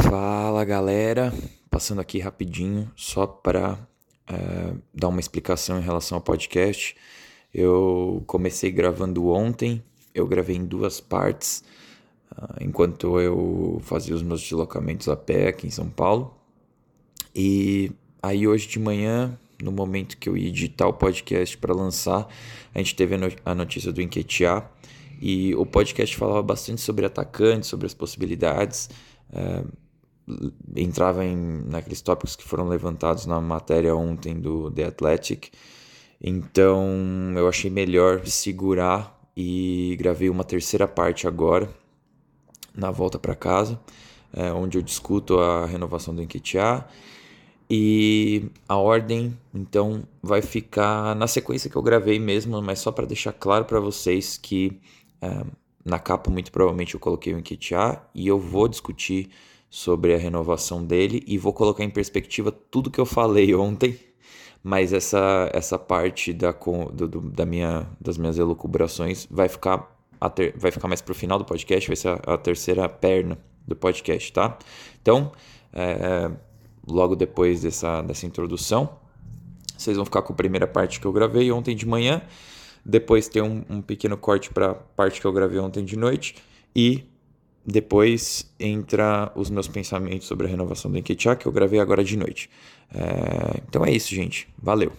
Fala galera, passando aqui rapidinho só para dar uma explicação em relação ao podcast. Eu comecei gravando ontem, eu gravei em duas partes, enquanto eu fazia os meus deslocamentos a pé aqui em São Paulo. E aí hoje de manhã, no momento que eu ia editar o podcast para lançar, a gente teve a notícia do Nketiah e o podcast falava bastante sobre atacantes, sobre as possibilidades. Entrava naqueles tópicos que foram levantados na matéria ontem do The Athletic. Então eu achei melhor segurar e gravei uma terceira parte agora, na volta para casa, onde eu discuto a renovação do Nketiah. E a ordem, então, vai ficar na sequência que eu gravei mesmo, mas só para deixar claro para vocês que na capa, muito provavelmente, eu coloquei o Nketiah e eu vou discutir sobre a renovação dele e vou colocar em perspectiva tudo que eu falei ontem, mas essa parte das minhas elucubrações vai ficar mais pro final do podcast, vai ser a terceira perna do podcast, tá? Então, logo depois dessa introdução, vocês vão ficar com a primeira parte que eu gravei ontem de manhã, depois tem um pequeno corte para a parte que eu gravei ontem de noite e depois entra os meus pensamentos sobre a renovação do Nketiah, que eu gravei agora de noite. Então é isso, gente. Valeu!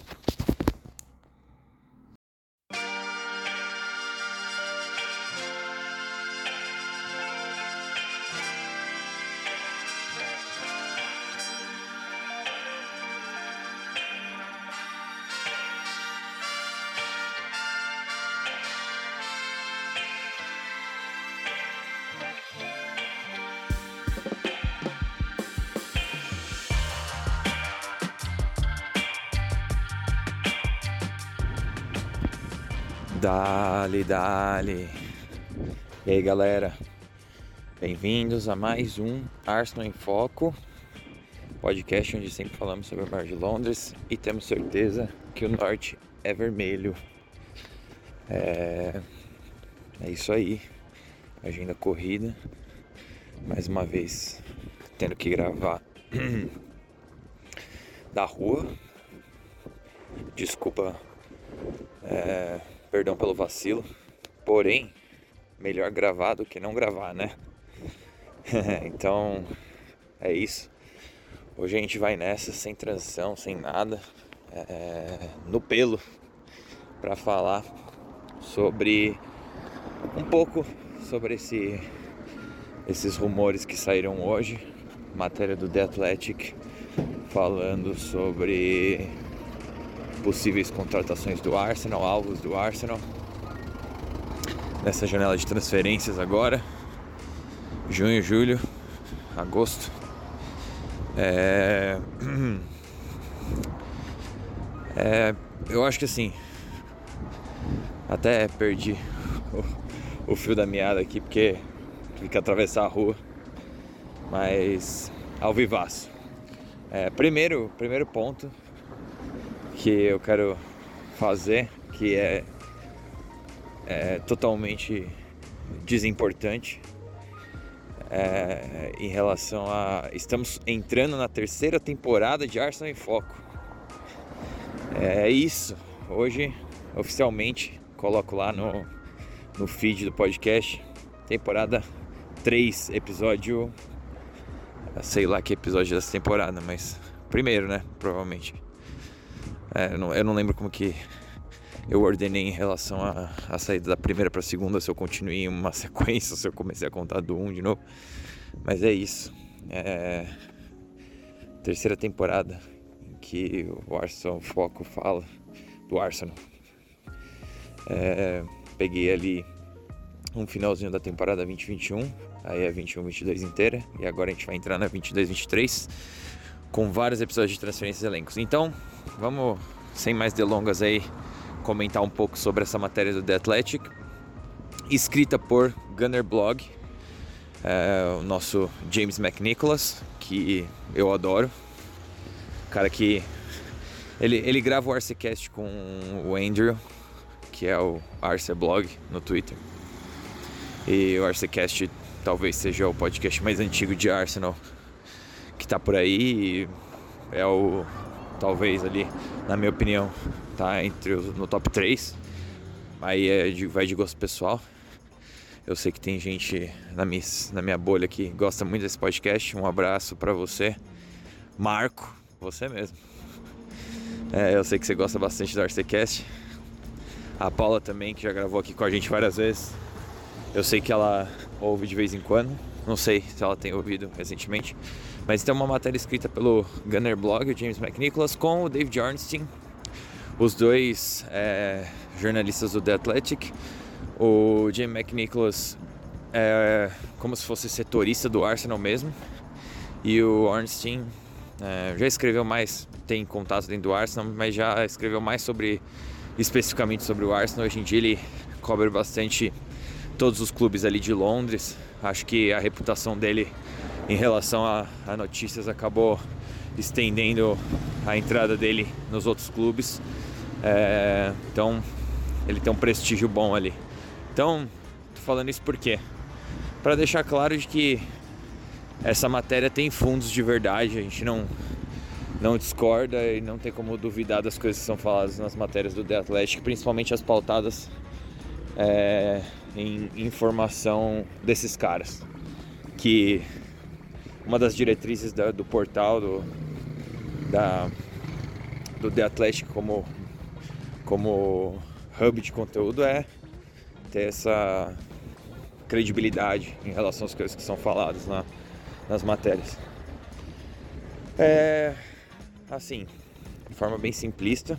Dale. E aí, galera? Bem-vindos a mais um Arsenal em Foco, podcast onde sempre falamos sobre o Mar de Londres e temos certeza que o norte é vermelho. É isso aí. Agenda corrida. Mais uma vez, tendo que gravar da rua. Desculpa, perdão pelo vacilo, porém, melhor gravar do que não gravar, né? Então, é isso. Hoje a gente vai nessa, sem transição, sem nada, no pelo, para falar um pouco sobre esses rumores que saíram hoje. Matéria do The Athletic falando sobre possíveis contratações do Arsenal, alvos do Arsenal nessa janela de transferências agora, junho, julho, agosto. Eu acho que assim, até perdi o fio da meada aqui porque tive que atravessar a rua, mas ao vivaço. Primeiro ponto que eu quero fazer, que é totalmente desimportante, em relação a... Estamos entrando na terceira temporada de Arsenal em Foco. É isso. Hoje, oficialmente, coloco lá no feed do podcast, temporada 3, episódio... Sei lá que episódio dessa temporada, mas primeiro, né? Provavelmente. Eu não lembro como que eu ordenei em relação à saída da primeira para a segunda, se eu continuei em uma sequência, se eu comecei a contar do 1 de novo. Mas é isso. Terceira temporada em que o Arsenal Foco fala do Arsenal. Peguei ali um finalzinho da temporada 2021, aí é 21-22 inteira, e agora a gente vai entrar na 22-23 com vários episódios de transferências e elencos. Então, vamos, sem mais delongas aí, comentar um pouco sobre essa matéria do The Athletic, escrita por Gunner Blog, o nosso James McNicholas, que eu adoro. Cara que ele grava o Arcecast com o Andrew, que é o Arce Blog no Twitter, e o Arcecast talvez seja o podcast mais antigo de Arsenal que tá por aí. É o, talvez ali, na minha opinião, tá no top 3. Aí vai de gosto pessoal. Eu sei que tem gente na minha bolha que gosta muito desse podcast. Um abraço pra você, Marco, você mesmo. Eu sei que você gosta bastante do Arcecast. A Paula também, que já gravou aqui com a gente várias vezes. Eu sei que ela ouve de vez em quando. Não sei se ela tem ouvido recentemente. Mas tem uma matéria escrita pelo Gunner Blog, o James McNicholas, com o David Ornstein. Os dois jornalistas do The Athletic. O James McNicholas é como se fosse setorista do Arsenal mesmo. E o Ornstein já escreveu mais, tem contato dentro do Arsenal, mas já escreveu mais especificamente sobre o Arsenal. Hoje em dia ele cobre bastante todos os clubes ali de Londres. Acho que a reputação dele em relação a notícias acabou estendendo a entrada dele nos outros clubes. Então ele tem um prestígio bom ali. Então, tô falando isso por quê? Para deixar claro de que essa matéria tem fundos de verdade. A gente não discorda e não tem como duvidar das coisas que são faladas nas matérias do The Athletic, principalmente as pautadas em informação desses caras. Que uma das diretrizes do portal do The Athletic como hub de conteúdo é ter essa credibilidade em relação às coisas que são faladas nas matérias. Assim, de forma bem simplista,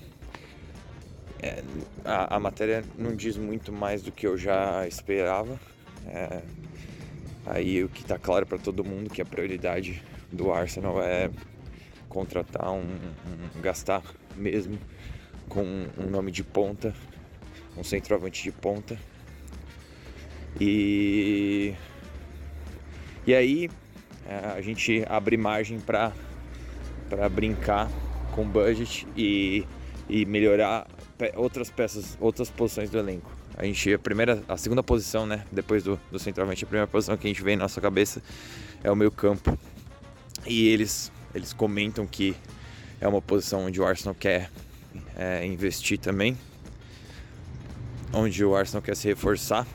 a matéria não diz muito mais do que eu já esperava. Aí o que está claro para todo mundo que a prioridade do Arsenal é contratar gastar mesmo com um nome de ponta, um centroavante de ponta. E aí a gente abre margem para brincar com budget e melhorar outras peças, outras posições do elenco. A segunda posição, né, depois do centroavante, a primeira posição que a gente vê em nossa cabeça é o meio campo. E eles comentam que é uma posição onde o Arsenal quer investir também, onde o Arsenal quer se reforçar.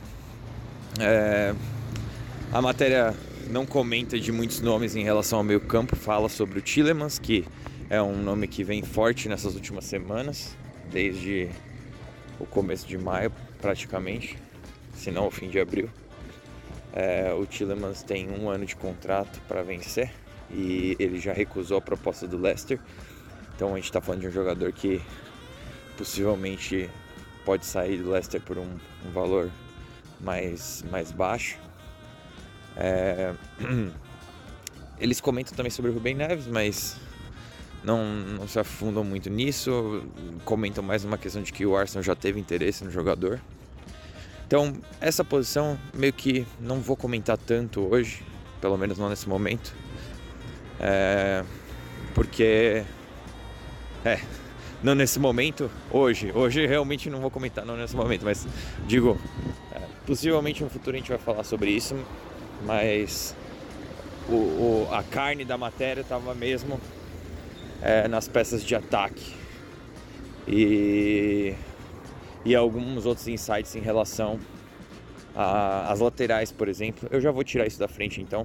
A matéria não comenta de muitos nomes em relação ao meio campo, fala sobre o Tielemans, que é um nome que vem forte nessas últimas semanas, desde o começo de maio praticamente, se não o fim de abril. O Tielemans tem 1 ano de contrato para vencer e ele já recusou a proposta do Leicester. Então a gente está falando de um jogador que possivelmente pode sair do Leicester por um valor mais baixo. Eles comentam também sobre o Rubem Neves, mas não se afundam muito nisso. Comentam mais uma questão de que o Arsenal já teve interesse no jogador. Então essa posição meio que não vou comentar tanto hoje, pelo menos não nesse momento, porque não nesse momento, hoje realmente não vou comentar, não nesse momento, mas digo, possivelmente no futuro a gente vai falar sobre isso, mas a carne da matéria estava mesmo nas peças de ataque e alguns outros insights em relação às laterais, por exemplo. Eu já vou tirar isso da frente então.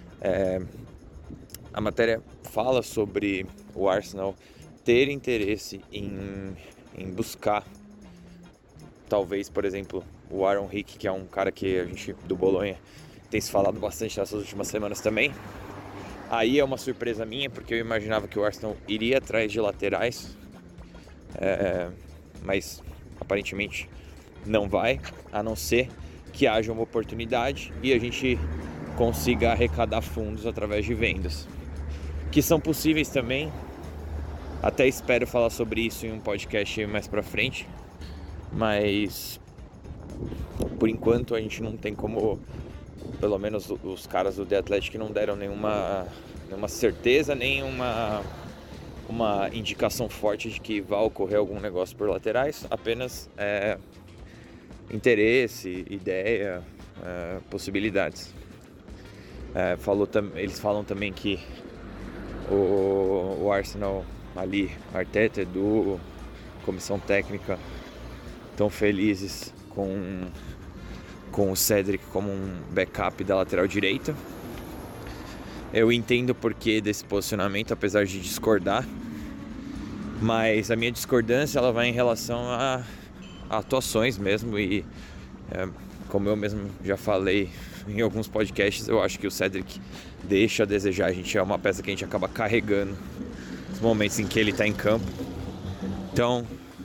A matéria fala sobre o Arsenal ter interesse em buscar, talvez, por exemplo, o Aaron Hick, que é um cara que a gente do Bolonha tem se falado bastante nessas últimas semanas também. Aí é uma surpresa minha, porque eu imaginava que o Arsenal iria atrás de laterais, mas aparentemente não vai, a não ser que haja uma oportunidade e a gente consiga arrecadar fundos através de vendas, que são possíveis também. Até espero falar sobre isso em um podcast mais pra frente, mas por enquanto a gente não tem como, pelo menos os caras do The Athletic não deram nenhuma certeza, nem uma indicação forte de que vai ocorrer algum negócio por laterais, apenas interesse, ideia, possibilidades. Eles falam também que o Arsenal ali, Arteta, Edu, comissão técnica, tão felizes com o Cedric como um backup da lateral direita. Eu entendo o porquê desse posicionamento, apesar de discordar, mas a minha discordância ela vai em relação a atuações mesmo, e como eu mesmo já falei em alguns podcasts, eu acho que o Cedric deixa a desejar. A gente é uma peça que a gente acaba carregando nos momentos em que ele está em campo. Então,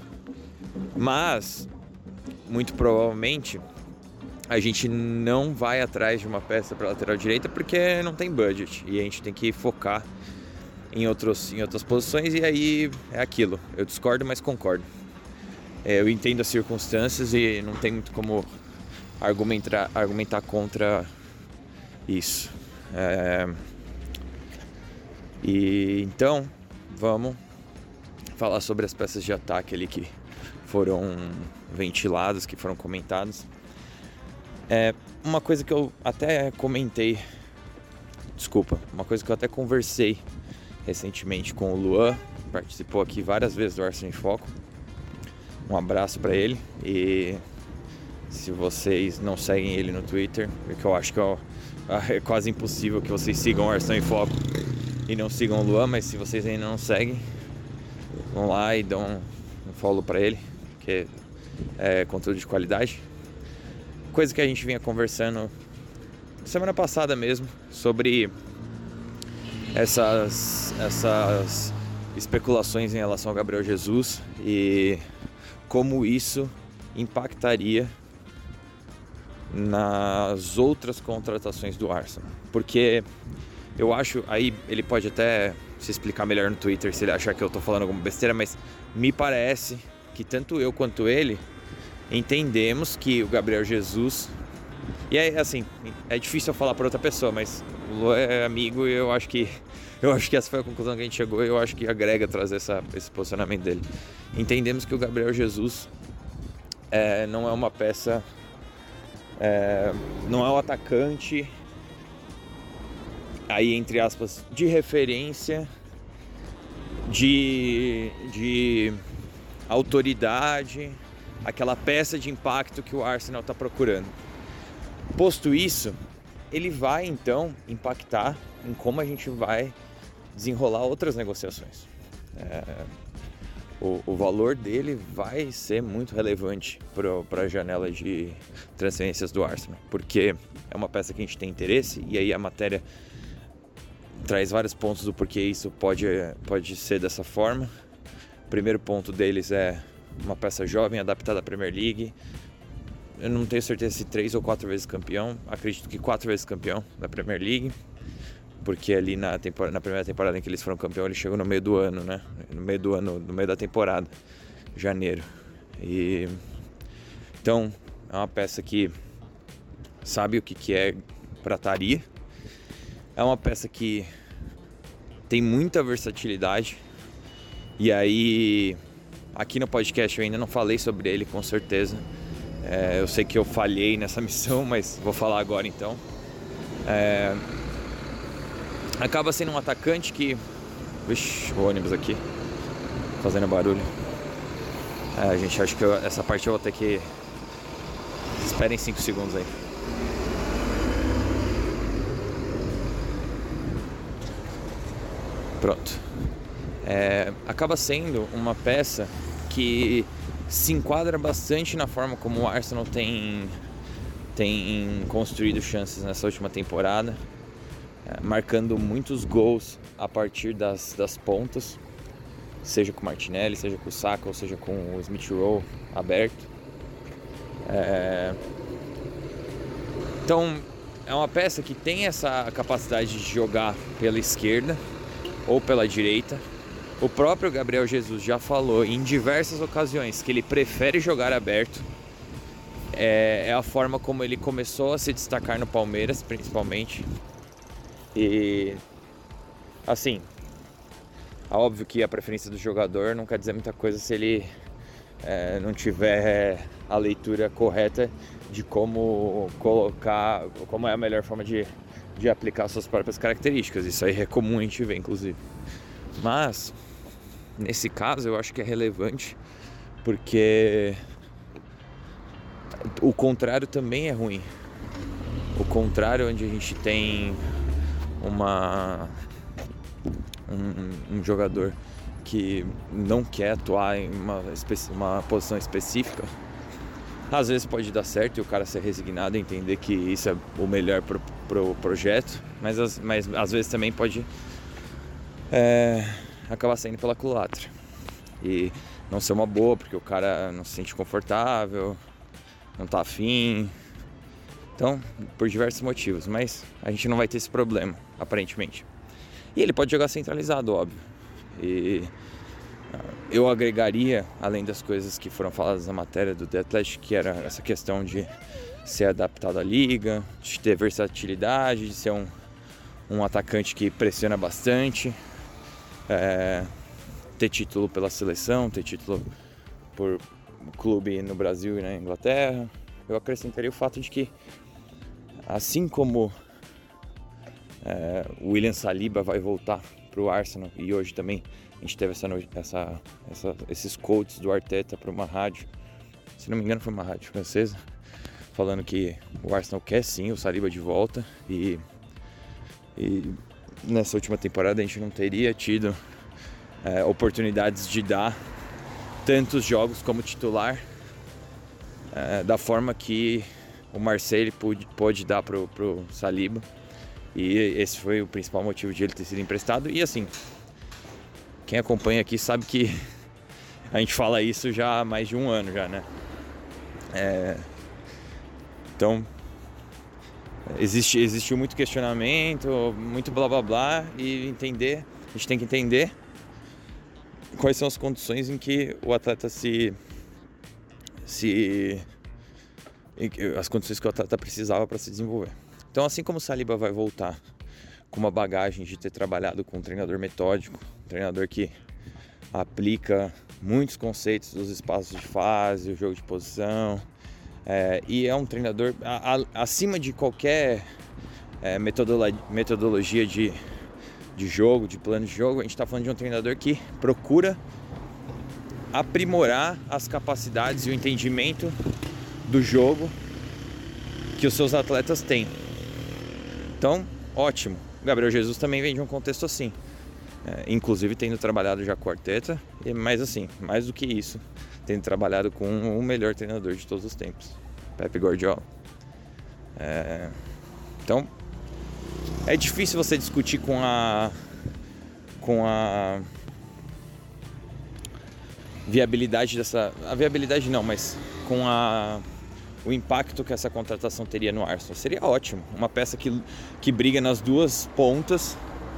mas muito provavelmente a gente não vai atrás de uma peça para lateral direita porque não tem budget e a gente tem que focar em outras posições, e aí é aquilo. Eu discordo, mas concordo. Eu entendo as circunstâncias e não tem muito como argumentar contra isso. E então vamos falar sobre as peças de ataque ali que foram ventiladas, que foram comentadas. Uma coisa que eu até conversei recentemente com o Luan, participou aqui várias vezes do Arsenal em Foco. Um abraço para ele, e se vocês não seguem ele no Twitter, porque eu acho que é quase impossível que vocês sigam o Arsenal em Foco e não sigam o Luan, mas se vocês ainda não seguem, vão lá e dão um follow para ele, que é conteúdo de qualidade. Coisa que a gente vinha conversando semana passada mesmo, sobre essas especulações em relação ao Gabriel Jesus e como isso impactaria nas outras contratações do Arsenal. Porque eu acho, aí ele pode até se explicar melhor no Twitter se ele achar que eu tô falando alguma besteira, mas me parece que tanto eu quanto ele entendemos que o Gabriel Jesus, e é assim, é difícil eu falar para outra pessoa, mas o Lu é amigo e eu acho que essa foi a conclusão que a gente chegou, e eu acho que agrega trazer esse posicionamento dele. Entendemos que o Gabriel Jesus não é uma peça, não é um atacante aí, entre aspas, de referência, de autoridade, aquela peça de impacto que o Arsenal está procurando. Posto isso, ele vai então impactar em como a gente vai desenrolar outras negociações. O valor dele vai ser muito relevante para a janela de transferências do Arsenal, porque é uma peça que a gente tem interesse, e aí a matéria traz vários pontos do porquê isso pode ser dessa forma. O primeiro ponto deles é uma peça jovem, adaptada à Premier League. Eu não tenho certeza se 3 ou 4 vezes campeão, acredito que 4 vezes campeão da Premier League, porque ali na primeira temporada em que eles foram campeão, ele chegou no meio do ano, né? No meio da temporada, janeiro. E então é uma peça que sabe o que é prataria. É uma peça que tem muita versatilidade. E aí, aqui no podcast eu ainda não falei sobre ele, com certeza. Eu sei que eu falhei nessa missão, mas vou falar agora então. Acaba sendo um atacante que... Vixe, o ônibus aqui fazendo barulho. Gente, acho que essa parte eu vou ter que... Esperem 5 segundos aí. Pronto. Acaba sendo uma peça que se enquadra bastante na forma como o Arsenal tem construído chances nessa última temporada, marcando muitos gols a partir das pontas, seja com o Martinelli, seja com o Saka, ou seja com o Smith Rowe aberto. Então é uma peça que tem essa capacidade de jogar pela esquerda ou pela direita. O próprio Gabriel Jesus já falou em diversas ocasiões que ele prefere jogar aberto. É a forma como ele começou a se destacar no Palmeiras, principalmente. E assim, óbvio que a preferência do jogador não quer dizer muita coisa se ele não tiver a leitura correta de como colocar, como é a melhor forma de de aplicar suas próprias características. Isso aí é comum a gente ver, inclusive. Mas, nesse caso, eu acho que é relevante porque o contrário também é ruim. O contrário, onde a gente tem um jogador que não quer atuar em uma posição específica, às vezes pode dar certo e o cara ser resignado e entender que isso é o melhor pro projeto, mas às vezes também pode acabar saindo pela culatra e não ser uma boa, porque o cara não se sente confortável, não tá afim. Então, por diversos motivos, mas a gente não vai ter esse problema, aparentemente. E ele pode jogar centralizado, óbvio. E eu agregaria, além das coisas que foram faladas na matéria do The Athletic, que era essa questão de ser adaptado à liga, de ter versatilidade, de ser um atacante que pressiona bastante, ter título pela seleção, ter título por clube no Brasil e na Inglaterra. Eu acrescentaria o fato de que, assim como o William Saliba vai voltar para o Arsenal, e hoje também a gente teve esses quotes do Arteta para uma rádio, se não me engano foi uma rádio francesa, falando que o Arsenal quer sim o Saliba de volta, e nessa última temporada a gente não teria tido oportunidades de dar tantos jogos como titular da forma que o Marseille pôde dar pro Saliba. E esse foi o principal motivo de ele ter sido emprestado. E assim, quem acompanha aqui sabe que a gente fala isso já há mais de um ano já, né? Então existiu muito questionamento, muito blá blá blá, e a gente tem que entender quais são as condições em que o atleta as condições que o atleta precisava para se desenvolver. Então, assim como o Saliba vai voltar com uma bagagem de ter trabalhado com um treinador metódico, um treinador que aplica muitos conceitos dos espaços de fase, o jogo de posição, e é um treinador acima de qualquer metodologia de jogo, de plano de jogo. A gente está falando de um treinador que procura aprimorar as capacidades e o entendimento do jogo que os seus atletas têm. Então, ótimo. O Gabriel Jesus também vem de um contexto assim, inclusive tendo trabalhado já com o Arteta, mas assim, mais do que isso, tendo trabalhado com o melhor treinador de todos os tempos, Pep Guardiola. Então, é difícil você discutir com a viabilidade a viabilidade não, mas com o impacto que essa contratação teria no Arsenal. Seria ótimo, uma peça que briga nas duas pontas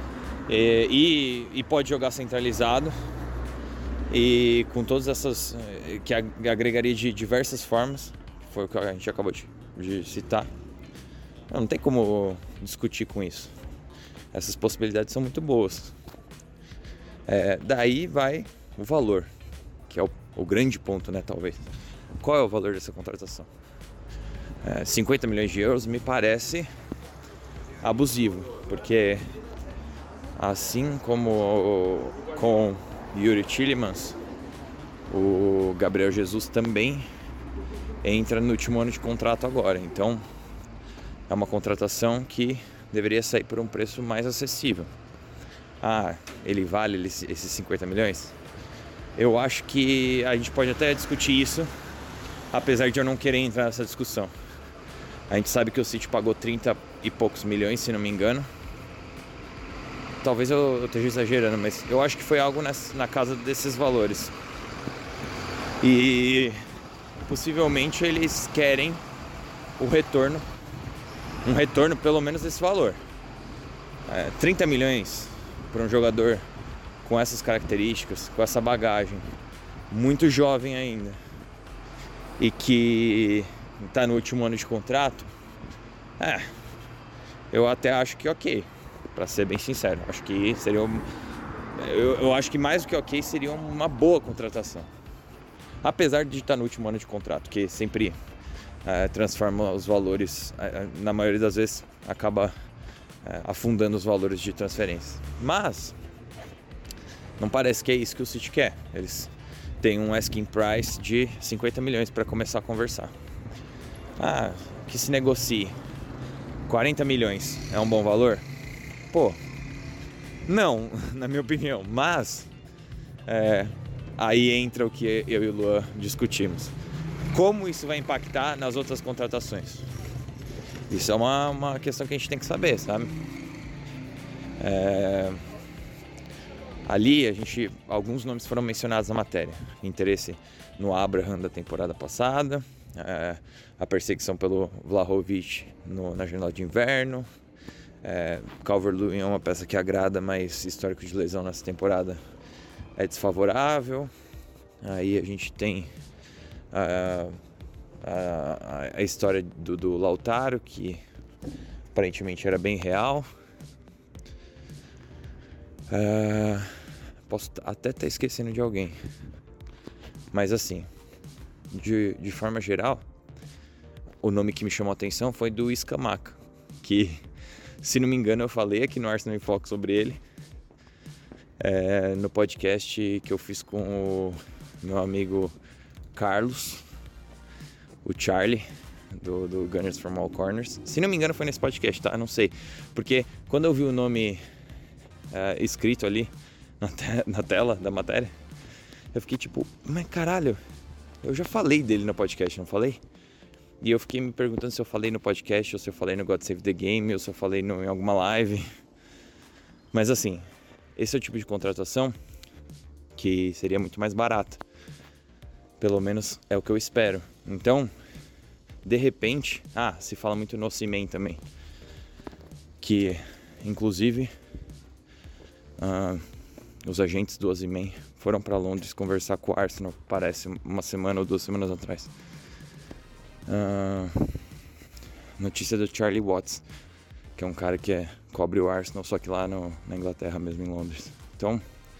e pode jogar centralizado, e com todas essas que agregaria de diversas formas, que foi o que a gente acabou de citar. Não tem como discutir com isso. Essas possibilidades são muito boas. Daí vai o valor, que é o grande ponto, né, talvez. Qual é o valor dessa contratação? 50 milhões de euros me parece abusivo, porque assim como com Youri Tielemans, o Gabriel Jesus também entra no último ano de contrato agora. Então é uma contratação que deveria sair por um preço mais acessível. Ele vale esses 50 milhões? Eu acho que a gente pode até discutir isso, apesar de eu não querer entrar nessa discussão. A gente sabe que o City pagou 30 e poucos milhões, se não me engano. Talvez eu esteja exagerando, mas eu acho que foi algo na casa desses valores. E possivelmente eles querem um retorno pelo menos desse valor. 30 milhões para um jogador com essas características, com essa bagagem, muito jovem ainda, e que está no último ano de contrato, eu até acho que ok, para ser bem sincero. Acho que seria eu acho que mais do que ok, seria uma boa contratação, apesar de estar no último ano de contrato, que sempre transforma os valores, na maioria das vezes acaba afundando os valores de transferência. Mas não parece que é isso que o City quer. Eles têm um asking price de 50 milhões para começar a conversar. Que se negocie 40 milhões é um bom valor? Pô, não, na minha opinião. Mas aí entra o que eu e o Luan discutimos. Como isso vai impactar nas outras contratações? Isso é uma questão que a gente tem que saber, sabe? Ali alguns nomes foram mencionados na matéria. Interesse no Abraham da temporada passada, a perseguição pelo Vlahovic na janela de inverno, Calvert-Lewin é uma peça que agrada, mas histórico de lesão nessa temporada é desfavorável. Aí a gente tem a história do Lautaro, que aparentemente era bem real. Posso até estar esquecendo de alguém, mas assim, de forma geral, o nome que me chamou a atenção foi do Scamacca, que, se não me engano, eu falei aqui no Arsenal em Foco sobre ele, no podcast que eu fiz com o meu amigo Carlos, o Charlie, do Gunners from All Corners. Se não me engano foi nesse podcast, tá? Não sei, porque quando eu vi o nome escrito ali na tela da matéria, eu fiquei tipo, mas caralho, eu já falei dele no podcast, não falei? E eu fiquei me perguntando se eu falei no podcast, ou se eu falei no God Save the Game, ou se eu falei em alguma live. Mas assim, esse é o tipo de contratação que seria muito mais barata. Pelo menos é o que eu espero. Então, de repente, se fala muito no Osimhen também, que inclusive os agentes do Osimhen foram para Londres conversar com o Arsenal, parece, uma semana ou 2 semanas atrás. Notícia do Charlie Watts, que é um cara que cobre o Arsenal, só que lá na Inglaterra mesmo, em Londres. Então,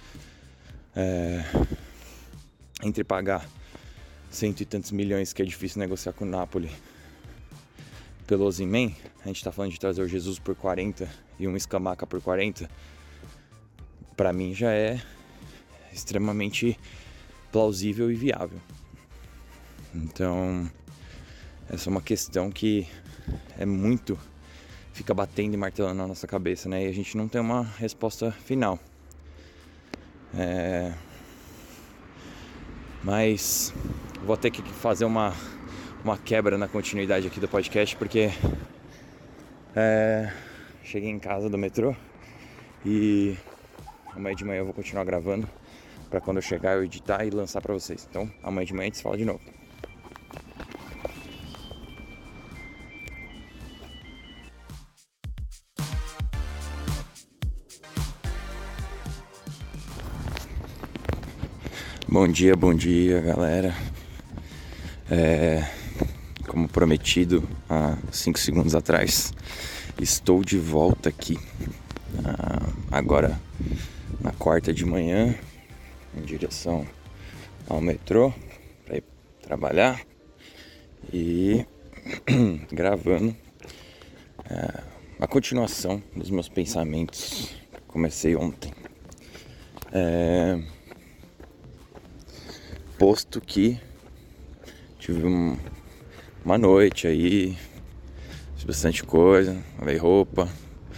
entre pagar 100 e tantos milhões, que é difícil negociar com o Napoli, pelo Osimhen, a gente tá falando de trazer o Jesus por 40 e um Scamacca por 40, pra mim já é extremamente plausível e viável. Então, essa é uma questão que fica batendo e martelando na nossa cabeça, né? E a gente não tem uma resposta final. Mas vou ter que fazer uma quebra na continuidade aqui do podcast, porque cheguei em casa do metrô e amanhã de manhã eu vou continuar gravando para quando eu chegar eu editar e lançar para vocês. Então amanhã de manhã a gente se fala de novo. Bom dia, galera. Como prometido há 5 segundos atrás, estou de volta aqui, agora na quarta de manhã, em direção ao metrô para ir trabalhar e gravando a continuação dos meus pensamentos que comecei ontem. Posto que tive uma noite aí, fiz bastante coisa, lavei roupa,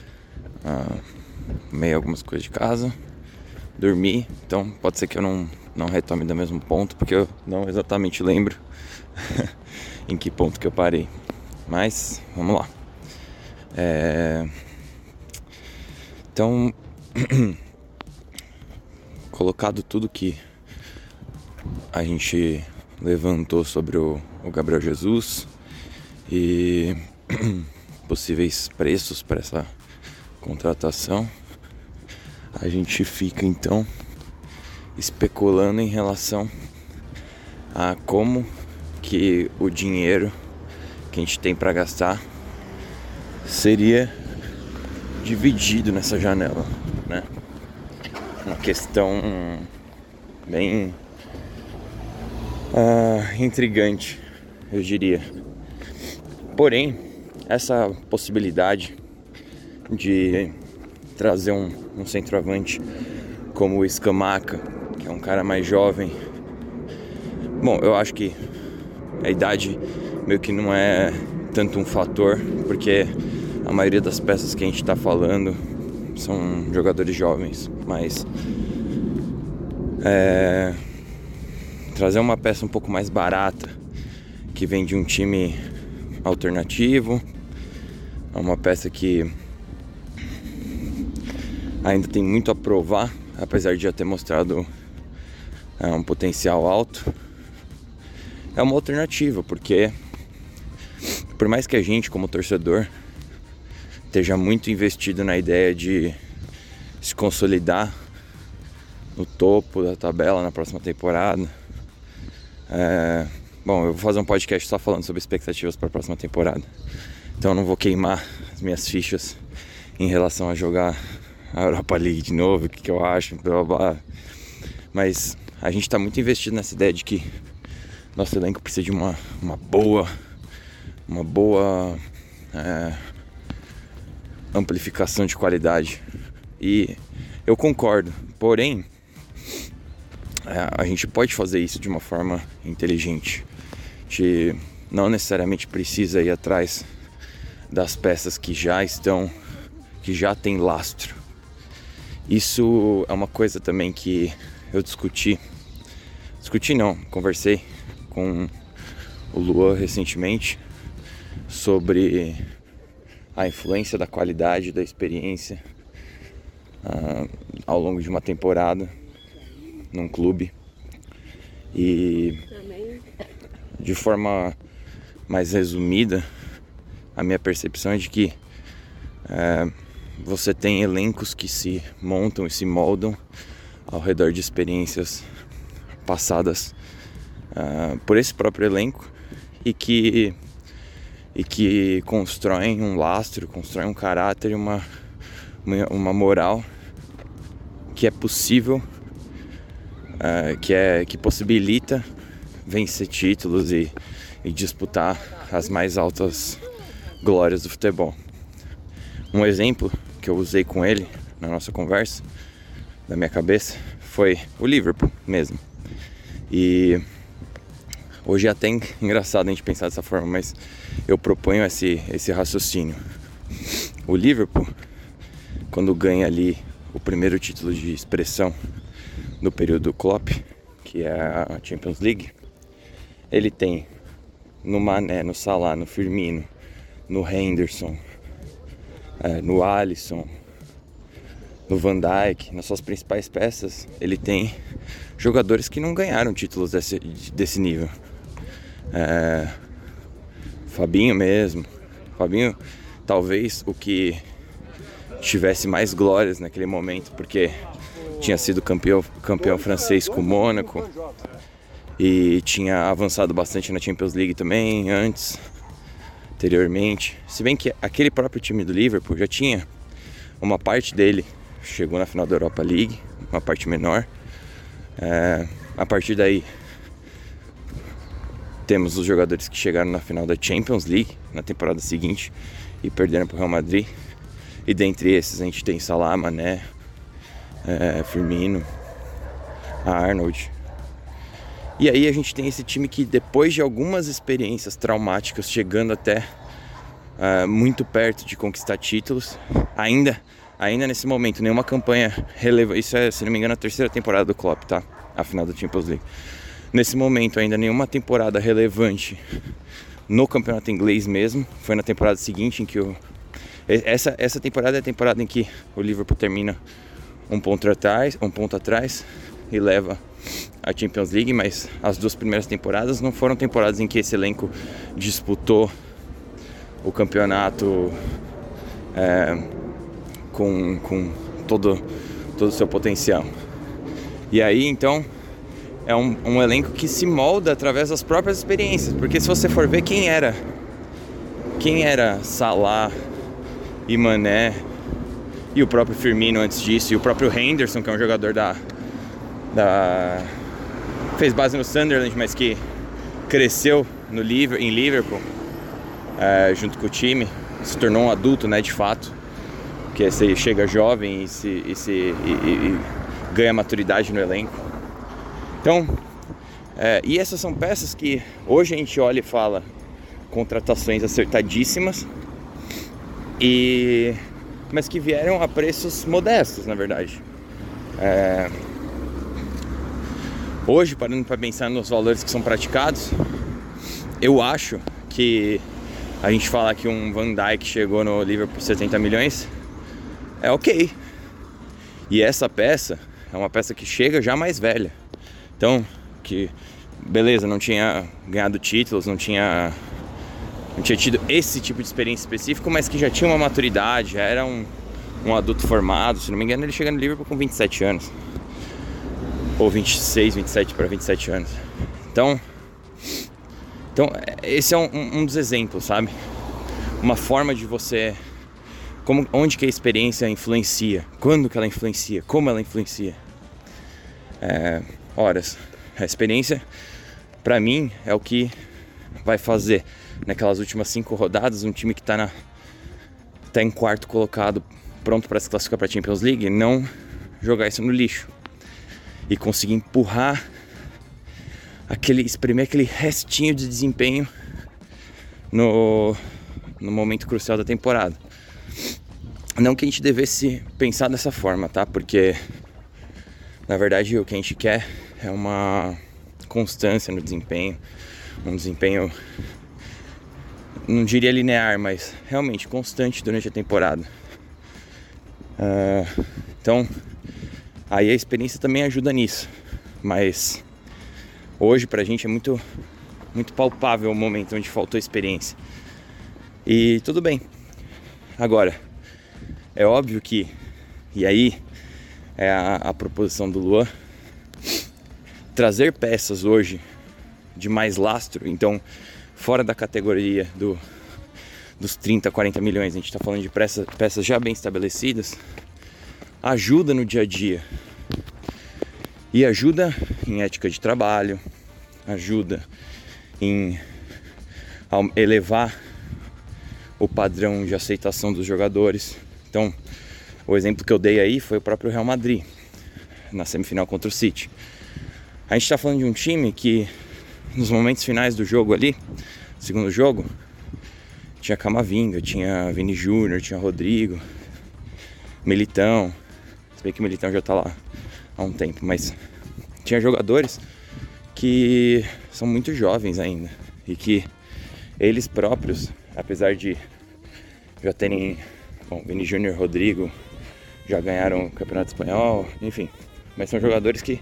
arrumei algumas coisas de casa, dormi, então pode ser que eu não retome do mesmo ponto, porque eu não exatamente lembro em que ponto que eu parei, mas vamos lá. Então, colocado tudo que a gente levantou sobre o Gabriel Jesus e possíveis preços para essa contratação, a gente fica então especulando em relação a como que o dinheiro que a gente tem para gastar seria dividido nessa janela, né? Uma questão bem intrigante, eu diria. Porém, essa possibilidade de trazer um centroavante como o Scamacca, que é um cara mais jovem. Bom, eu acho que a idade meio que não é tanto um fator, porque a maioria das peças que a gente está falando são jogadores jovens, mas trazer uma peça um pouco mais barata, que vem de um time alternativo, uma peça que ainda tem muito a provar, apesar de já ter mostrado um potencial alto, é uma alternativa, porque por mais que a gente, como torcedor, esteja muito investido na ideia de se consolidar no topo da tabela na próxima temporada, bom, eu vou fazer um podcast só falando sobre expectativas para a próxima temporada, então eu não vou queimar as minhas fichas em relação a jogar a Europa League de novo, o que eu acho, blá blá blá. Mas a gente está muito investido nessa ideia de que nosso elenco precisa de uma boa amplificação de qualidade, e eu concordo, porém a gente pode fazer isso de uma forma inteligente. A gente não necessariamente precisa ir atrás das peças que já tem lastro. Isso é uma coisa também que eu conversei com o Luan recentemente sobre a influência da qualidade, da experiência ao longo de uma temporada num clube. E de forma mais resumida, a minha percepção é de que você tem elencos que se montam e se moldam ao redor de experiências passadas por esse próprio elenco, e que constroem um lastro, constroem um caráter, uma moral que é possível, que possibilita vencer títulos e disputar as mais altas glórias do futebol. Um exemplo que eu usei com ele na nossa conversa, da minha cabeça, foi o Liverpool mesmo. E hoje é até engraçado a gente pensar dessa forma, mas eu proponho esse raciocínio. O Liverpool, quando ganha ali o primeiro título de expressão no período Klopp, que é a Champions League, ele tem no Mané, no Salah, no Firmino, no Henderson, no Alisson, no Van Dijk, nas suas principais peças, ele tem jogadores que não ganharam títulos desse nível. Fabinho mesmo. Fabinho, talvez o que tivesse mais glórias naquele momento, porque tinha sido campeão francês com o Mônaco e tinha avançado bastante na Champions League também anteriormente. Se bem que aquele próprio time do Liverpool já tinha uma parte dele, chegou na final da Europa League, uma parte menor. A partir daí temos os jogadores que chegaram na final da Champions League na temporada seguinte e perderam para o Real Madrid. E dentre esses a gente tem Salah, Mané, Firmino, Arnold. E aí a gente tem esse time que, depois de algumas experiências traumáticas, chegando até muito perto de conquistar títulos, ainda nesse momento, nenhuma campanha relevante. Isso é, se não me engano, a terceira temporada do Klopp, tá? A final da Champions League. Nesse momento, ainda nenhuma temporada relevante no campeonato inglês mesmo. Foi na temporada seguinte em que essa temporada é a temporada em que o Liverpool termina um ponto atrás e leva a Champions League, mas as duas primeiras temporadas não foram temporadas em que esse elenco disputou o campeonato com todo o seu potencial. E aí, então, é um elenco que se molda através das próprias experiências, porque se você for ver quem era Salah e Mané e o próprio Firmino antes disso, e o próprio Henderson, que é um jogador fez base no Sunderland, mas que cresceu em Liverpool, junto com o time, se tornou um adulto, né, de fato, porque você chega jovem e ganha maturidade no elenco. Então, e essas são peças que hoje a gente olha e fala contratações acertadíssimas, mas que vieram a preços modestos, na verdade. Hoje, parando para pensar nos valores que são praticados, eu acho que a gente fala que um Van Dijk chegou no Liverpool por 70 milhões, é ok. E essa peça é uma peça que chega já mais velha. Então, que beleza, não tinha ganhado títulos, não tinha tido esse tipo de experiência específica, mas que já tinha uma maturidade, já era um adulto formado. Se não me engano, ele chega no Liverpool com 27 anos. Ou 26, 27 para 27 anos. Então esse é um dos exemplos, sabe? Uma forma de você... onde que a experiência influencia, quando que ela influencia, como ela influencia. Horas. A experiência, pra mim, é o que vai fazer naquelas últimas 5 rodadas um time que tá em quarto colocado, pronto para se classificar para Champions League, não jogar isso no lixo e conseguir empurrar espremer aquele restinho de desempenho no momento crucial da temporada. Não que a gente devesse pensar dessa forma, tá? Porque na verdade o que a gente quer é uma constância no desempenho, um desempenho, não diria linear, mas realmente constante durante a temporada. Então, aí a experiência também ajuda nisso, mas hoje pra gente é muito, muito palpável o momento onde faltou experiência. E tudo bem. Agora, é óbvio que, e aí é a proposição do Luan, trazer peças hoje de mais lastro, então fora da categoria dos 30, 40 milhões, a gente está falando de peças já bem estabelecidas, ajuda no dia a dia. E ajuda em ética de trabalho, ajuda em elevar o padrão de aceitação dos jogadores. Então, o exemplo que eu dei aí foi o próprio Real Madrid, na semifinal contra o City. A gente está falando de um time que, nos momentos finais do jogo ali, segundo jogo, tinha Camavinga, tinha Vini Júnior, tinha Rodrigo, Militão. Se bem que o Militão já tá lá há um tempo, mas tinha jogadores que são muito jovens ainda e que eles próprios, apesar de já terem, Vini Júnior e Rodrigo já ganharam o Campeonato Espanhol, enfim, mas são jogadores que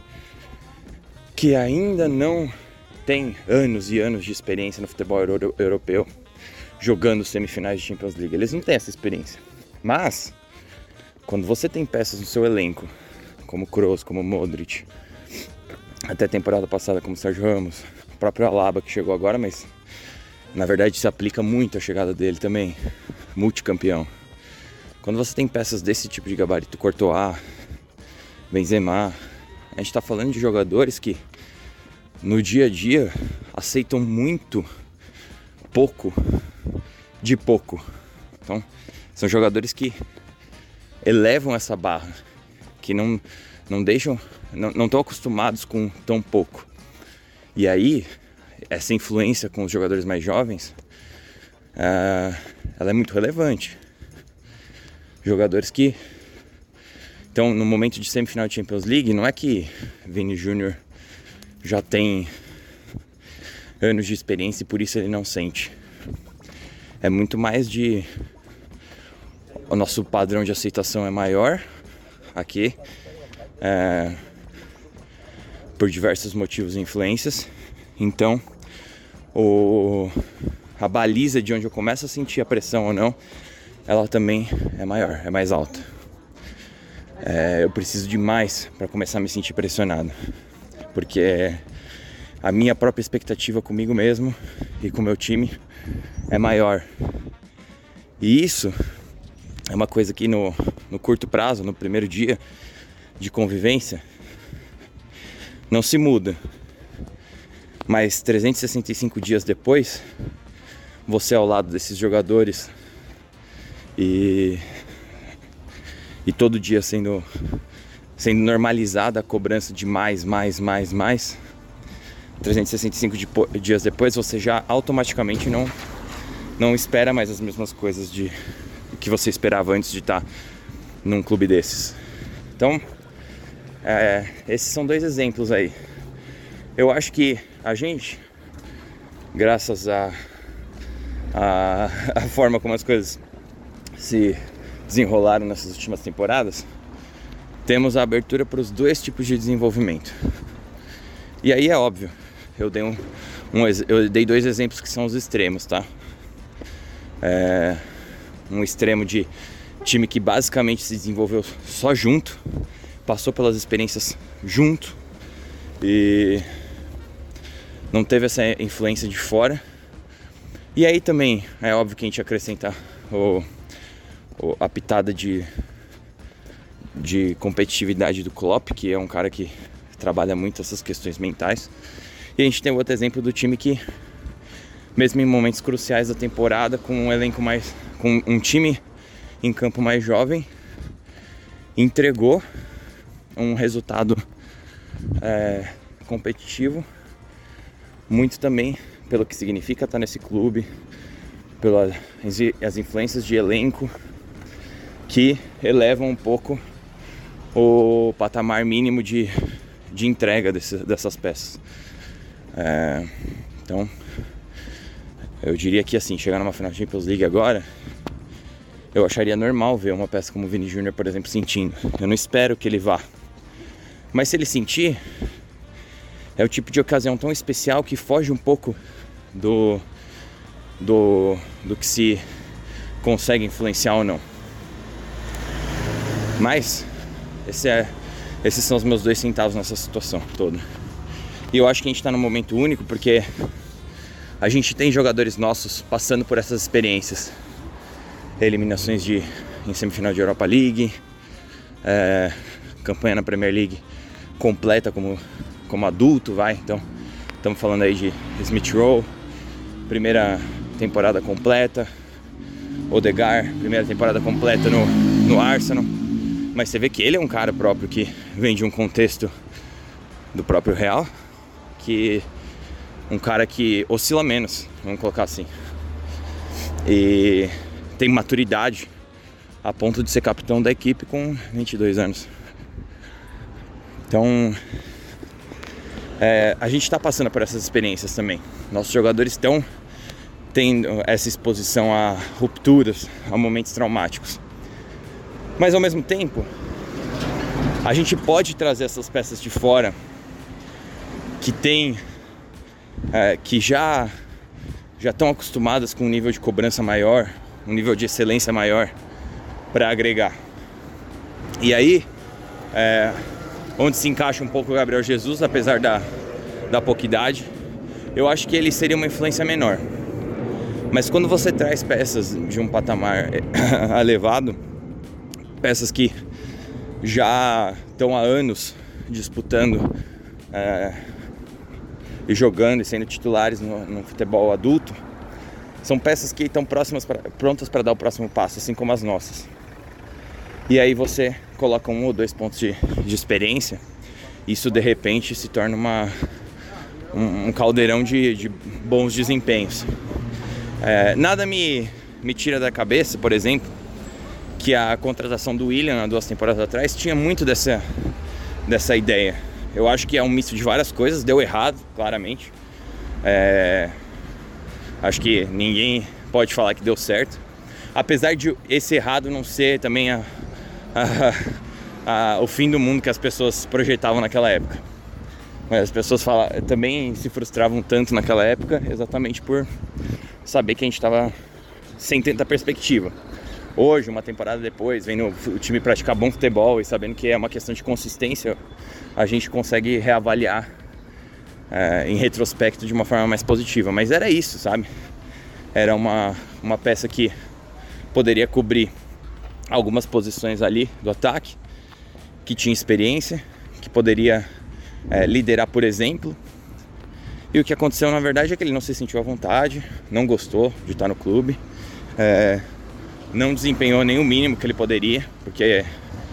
ainda não têm anos e anos de experiência no futebol europeu, jogando semifinais de Champions League. Eles não têm essa experiência. Mas, quando você tem peças no seu elenco, como Kroos, como Modric, até a temporada passada como Sérgio Ramos, o próprio Alaba que chegou agora, mas na verdade se aplica muito a chegada dele também, multicampeão. Quando você tem peças desse tipo de gabarito, Courtois, Benzema, a gente está falando de jogadores que no dia a dia aceitam muito pouco de pouco. Então, são jogadores que elevam essa barra, que não deixam, não estão acostumados com tão pouco. E aí, essa influência com os jogadores mais jovens, ela é muito relevante. Jogadores que... Então, no momento de semifinal de Champions League, não é que Vini Júnior já tem anos de experiência e por isso ele não sente. É muito mais de... O nosso padrão de aceitação é maior aqui, por diversos motivos e influências. Então, a baliza de onde eu começo a sentir a pressão ou não, ela também é maior, é mais alta. Eu preciso de mais para começar a me sentir pressionado, porque a minha própria expectativa comigo mesmo e com o meu time é maior. E isso é uma coisa que no curto prazo, no primeiro dia de convivência, não se muda. Mas 365 dias depois, você ao lado desses jogadores e e todo dia sendo normalizada a cobrança de mais, 365 dias depois, você já automaticamente não espera mais as mesmas coisas que você esperava antes de estar num clube desses. Então, esses são 2 exemplos aí. Eu acho que a gente, graças à forma como as coisas se desenrolaram nessas últimas temporadas, temos a abertura para os 2 tipos de desenvolvimento. E aí é óbvio, eu dei 2 exemplos que são os extremos, tá? Um extremo de time que basicamente se desenvolveu só junto, passou pelas experiências junto e não teve essa influência de fora. E aí também é óbvio que a gente acrescenta a pitada de competitividade do Klopp, que é um cara que trabalha muito essas questões mentais. E a gente tem outro exemplo do time que, mesmo em momentos cruciais da temporada, com um time em campo mais jovem, entregou um resultado competitivo, muito também pelo que significa estar nesse clube, pelas influências de elenco que elevam um pouco o patamar mínimo de entrega dessas peças. Então, eu diria que assim, chegar numa final de Champions League agora, eu acharia normal ver uma peça como o Vini Júnior, por exemplo, sentindo. Eu não espero que ele vá, mas se ele sentir, é o tipo de ocasião tão especial que foge um pouco do que se consegue influenciar ou não. Mas esses são os meus 2 centavos nessa situação toda. E eu acho que a gente está num momento único, porque a gente tem jogadores nossos passando por essas experiências. Eliminações em semifinal de Europa League, campanha na Premier League completa como adulto, Então, estamos falando aí de Smith Rowe, primeira temporada completa, Odegaard, primeira temporada completa no Arsenal. Mas você vê que ele é um cara próprio que vem de um contexto do próprio Real, que um cara que oscila menos, vamos colocar assim, e tem maturidade a ponto de ser capitão da equipe com 22 anos. Então, a gente está passando por essas experiências também. Nossos jogadores estão tendo essa exposição a rupturas, a momentos traumáticos. Mas ao mesmo tempo, a gente pode trazer essas peças de fora que já estão acostumadas com um nível de cobrança maior, um nível de excelência maior, para agregar. E aí, onde se encaixa um pouco o Gabriel Jesus, apesar da pouca idade, eu acho que ele seria uma influência menor. Mas quando você traz peças de um patamar elevado, peças que já estão há anos disputando e jogando e sendo titulares no futebol adulto, são peças que estão prontas para dar o próximo passo, assim como as nossas. E aí você coloca 1 ou 2 pontos de experiência, isso de repente se torna um caldeirão de bons desempenhos. Nada me tira da cabeça, por exemplo, que a contratação do Willian há 2 temporadas atrás tinha muito dessa ideia. Eu acho que é um misto de várias coisas, deu errado, claramente. Acho que ninguém pode falar que deu certo, apesar de esse errado não ser também o fim do mundo que as pessoas projetavam naquela época. Mas as pessoas também se frustravam tanto naquela época exatamente por saber que a gente estava sem tanta perspectiva. Hoje, uma temporada depois, vendo o time praticar bom futebol e sabendo que é uma questão de consistência, a gente consegue reavaliar em retrospecto de uma forma mais positiva. Mas era isso, sabe? Era uma peça que poderia cobrir algumas posições ali do ataque, que tinha experiência, que poderia liderar, por exemplo. E o que aconteceu, na verdade, é que ele não se sentiu à vontade, não gostou de estar no clube, não desempenhou nem o mínimo que ele poderia, porque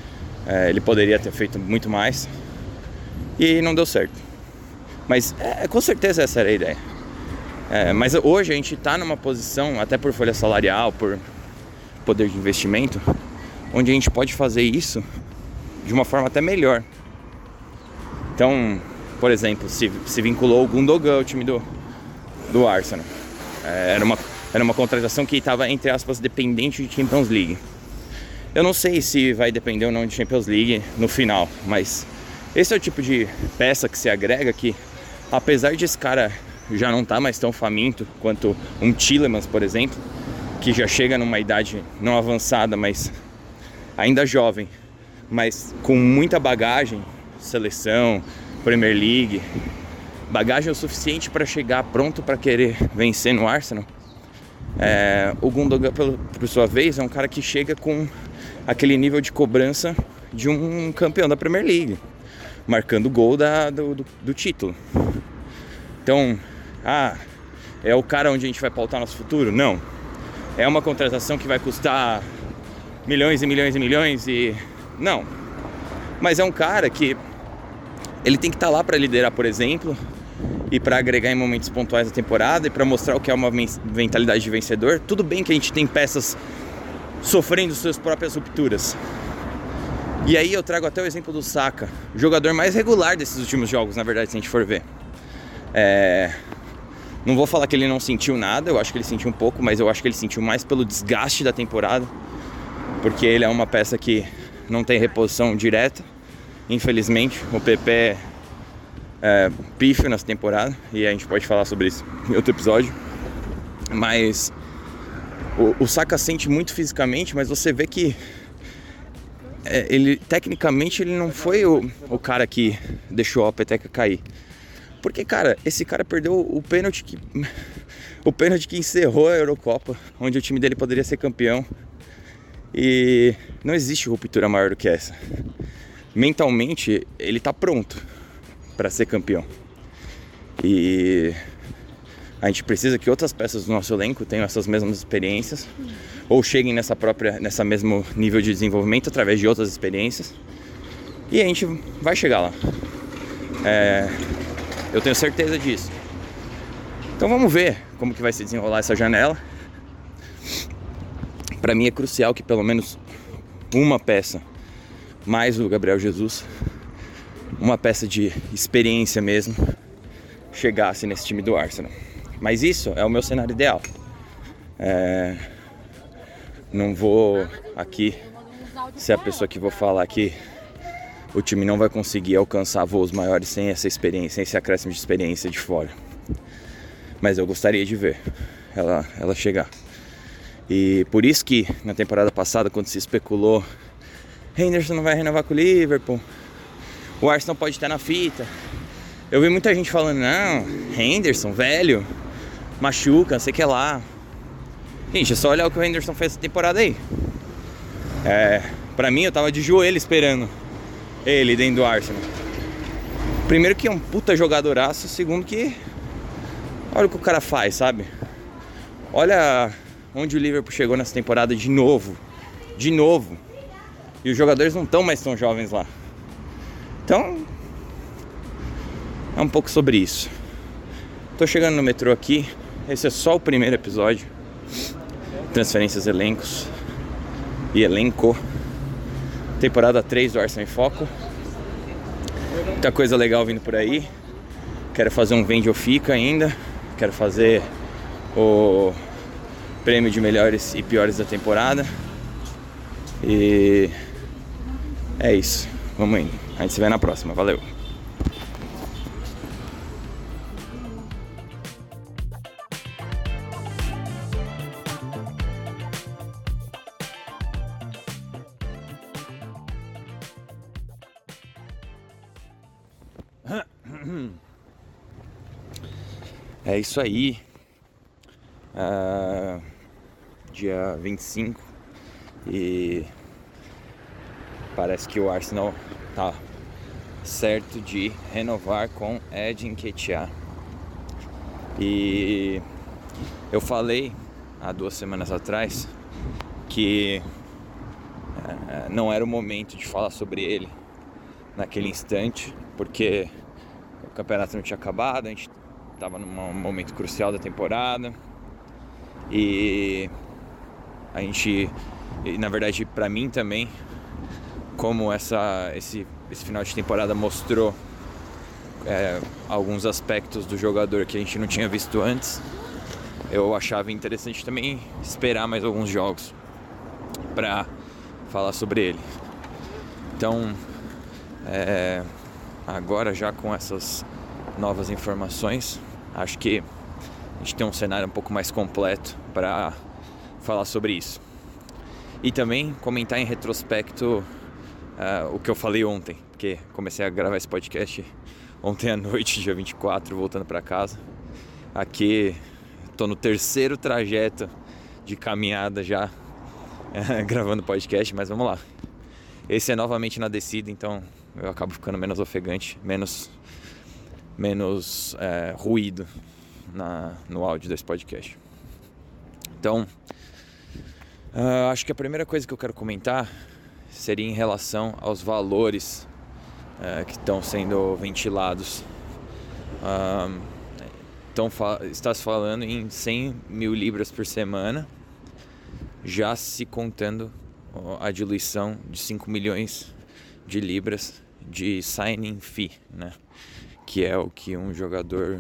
Ele poderia ter feito muito mais e não deu certo. Mas com certeza essa era a ideia. Mas hoje a gente está numa posição, até por folha salarial, por poder de investimento, onde a gente pode fazer isso de uma forma até melhor. Então, por exemplo, se vinculou o Gundogan ao time do Arsenal. Era uma contratação que estava, entre aspas, dependente de Champions League. Eu não sei se vai depender ou não de Champions League no final, mas esse é o tipo de peça que se agrega que, apesar de esse cara já não estar mais tão faminto quanto um Tielemans, por exemplo, que já chega numa idade não avançada, mas ainda jovem, mas com muita bagagem, seleção, Premier League, bagagem o suficiente para chegar pronto para querer vencer no Arsenal. O Gundogan, por sua vez, é um cara que chega com aquele nível de cobrança de um campeão da Premier League, marcando o gol do título. Então, é o cara onde a gente vai pautar nosso futuro? Não. É uma contratação que vai custar milhões e milhões e milhões e... Não. Mas é um cara que ele tem que estar lá para liderar, por exemplo, e para agregar em momentos pontuais da temporada e para mostrar o que é uma mentalidade de vencedor. Tudo bem que a gente tem peças sofrendo suas próprias rupturas. E aí eu trago até o exemplo do Saka, o jogador mais regular desses últimos jogos, na verdade, se a gente for ver. Não vou falar que ele não sentiu nada, eu acho que ele sentiu um pouco, mas eu acho que ele sentiu mais pelo desgaste da temporada, porque ele é uma peça que não tem reposição direta, infelizmente. O PP é pífio nessa temporada, e a gente pode falar sobre isso em outro episódio. Mas o Saka sente muito fisicamente, mas você vê que ele, tecnicamente, ele não foi o cara que deixou a peteca cair. Porque, cara, esse cara perdeu o pênalti que encerrou a Eurocopa, onde o time dele poderia ser campeão. E não existe ruptura maior do que essa. Mentalmente, ele tá pronto para ser campeão. E a gente precisa que outras peças do nosso elenco tenham essas mesmas experiências, ou cheguem nessa mesmo nível de desenvolvimento através de outras experiências. E a gente vai chegar lá. Eu tenho certeza disso. Então vamos ver como que vai se desenrolar essa janela. Para mim é crucial que pelo menos uma peça, mais o Gabriel Jesus, uma peça de experiência mesmo, chegasse nesse time do Arsenal. Mas isso é o meu cenário ideal. Não vou aqui ser a pessoa que vou falar que o time não vai conseguir alcançar voos maiores sem essa experiência, sem esse acréscimo de experiência de fora. Mas eu gostaria de ver ela chegar. E por isso que na temporada passada, quando se especulou Henderson não vai renovar com o Liverpool, o Arsenal pode estar na fita, eu vi muita gente falando, não, Henderson, velho, machuca, não sei o que lá. Gente, é só olhar o que o Henderson fez essa temporada aí. Pra mim, eu tava de joelho esperando ele dentro do Arsenal. Primeiro que é um puta jogadoraço, segundo que olha o que o cara faz, sabe? Olha onde o Liverpool chegou nessa temporada de novo. E os jogadores não estão mais tão jovens lá. Então, é um pouco sobre isso. Tô chegando no metrô aqui. Esse é só o primeiro episódio. Transferências, elencos e elenco. Temporada 3 do Arsenal em Foco. Muita coisa legal vindo por aí. Quero fazer um Vende ou Fica ainda. Quero fazer o prêmio de melhores e piores da temporada. E é isso. Vamos indo. A gente se vê na próxima. Valeu. É isso aí. Dia 25 e parece que o Arsenal tá certo de renovar com Eddie Nketiah. E eu falei há 2 semanas atrás que não era o momento de falar sobre ele naquele instante, porque o campeonato não tinha acabado, a gente estava num momento crucial da temporada e a gente, na verdade, para mim também, como esse final de temporada mostrou alguns aspectos do jogador que a gente não tinha visto antes, eu achava interessante também esperar mais alguns jogos para falar sobre ele. Então, agora já com essas novas informações, acho que a gente tem um cenário um pouco mais completo para falar sobre isso. E também comentar em retrospecto o que eu falei ontem, porque comecei a gravar esse podcast ontem à noite, dia 24, voltando para casa. Aqui estou no terceiro trajeto de caminhada já, gravando podcast, mas vamos lá. Esse é novamente na descida, então eu acabo ficando menos ofegante, menos ruído no áudio desse podcast. Então, acho que a primeira coisa que eu quero comentar seria em relação aos valores que estão sendo ventilados. Está se falando em 100 mil libras por semana, já se contando a diluição de 5 milhões de libras de signing fee, né? Que é o que um jogador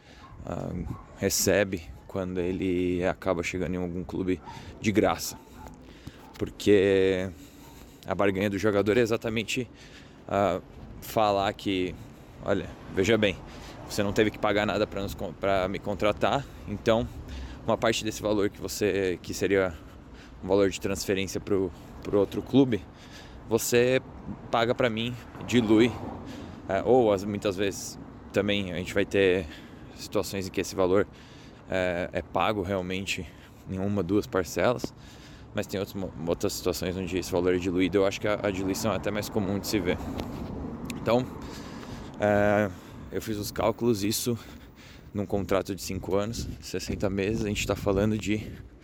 recebe quando ele acaba chegando em algum clube de graça. Porque a barganha do jogador é exatamente falar que, olha, veja bem, você não teve que pagar nada para me contratar, então uma parte desse valor que seria um valor de transferência para o outro clube, você paga para mim, dilui, ou muitas vezes também a gente vai ter situações em que esse valor é pago realmente em 1, 2 parcelas, mas tem outras situações onde esse valor é diluído. Eu acho que a diluição é até mais comum de se ver. Então, eu fiz os cálculos, isso num contrato de 5 anos, 60 meses, a gente está falando de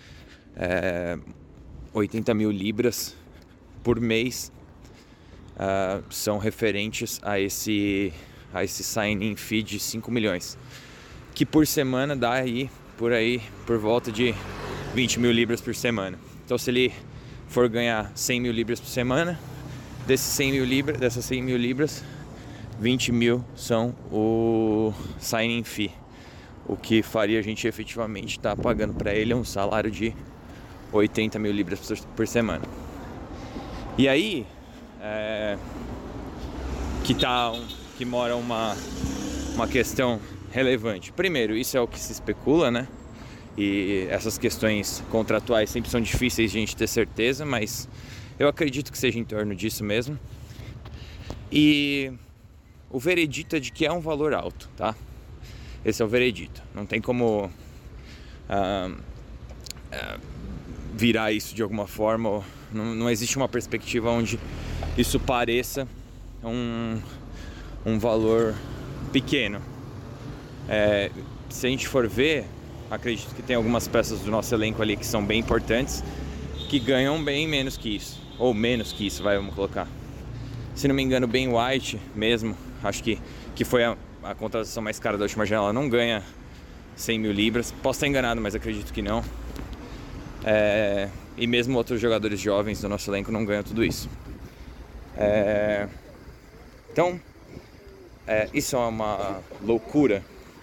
80 mil libras por mês, são referentes a esse sign-in fee de 5 milhões, que por semana dá aí por volta de 20 mil libras por semana. Então, se ele for ganhar 100 mil libras por semana, dessas 100 mil libras, 20 mil são o sign-in fee, o que faria a gente efetivamente estar pagando para ele um salário de 80 mil libras por semana. E aí que mora uma questão relevante. Primeiro, isso é o que se especula, né? E essas questões contratuais sempre são difíceis de a gente ter certeza, mas eu acredito que seja em torno disso mesmo. E o veredito é de que é um valor alto, tá? Esse é o veredito. Não tem como virar isso de alguma forma. Não existe uma perspectiva onde isso pareça um valor pequeno. Se a gente for ver, acredito que tem algumas peças do nosso elenco ali que são bem importantes, que ganham bem menos que isso, ou menos que isso, vamos colocar. Se não me engano, Ben White mesmo, acho que foi a contratação mais cara da última janela, não ganha 100 mil libras. Posso estar enganado, mas acredito que não. E mesmo outros jogadores jovens do nosso elenco não ganham tudo isso. Então, isso é uma loucura.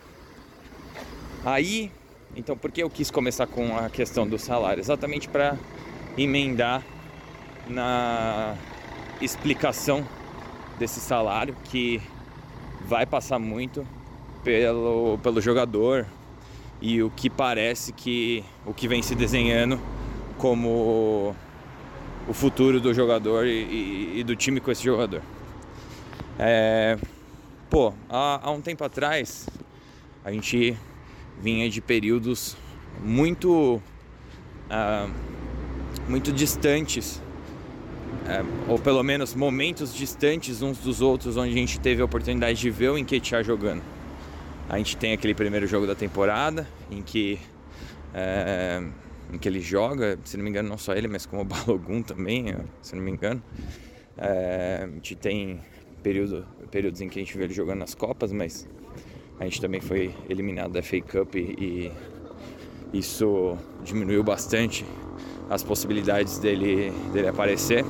Aí, então, por que eu quis começar com a questão do salário? Exatamente para emendar na explicação desse salário, que vai passar muito pelo jogador e o que parece que o que vem se desenhando como o futuro do jogador e do time com esse jogador. Há um tempo atrás a gente vinha de períodos muito distantes, ou pelo menos momentos distantes uns dos outros, onde a gente teve a oportunidade de ver o Nketiah jogando. A gente tem aquele primeiro jogo da temporada em que em que ele joga, se não me engano, não só ele, mas como o Balogun também, se não me engano. A gente tem períodos em que a gente vê ele jogando nas Copas, mas a gente também foi eliminado da FA Cup e isso diminuiu bastante as possibilidades dele aparecer.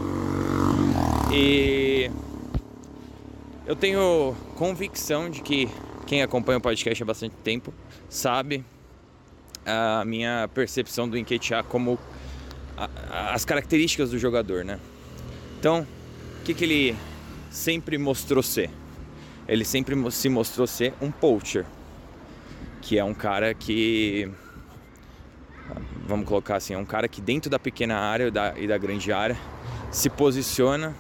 E eu tenho convicção de que quem acompanha o podcast há bastante tempo sabe a minha percepção do Nketiah como as características do jogador, né? Então, o que ele sempre mostrou ser? Ele sempre se mostrou ser um poacher, que é um cara que, vamos colocar assim, é um cara que dentro da pequena área e da grande área se posiciona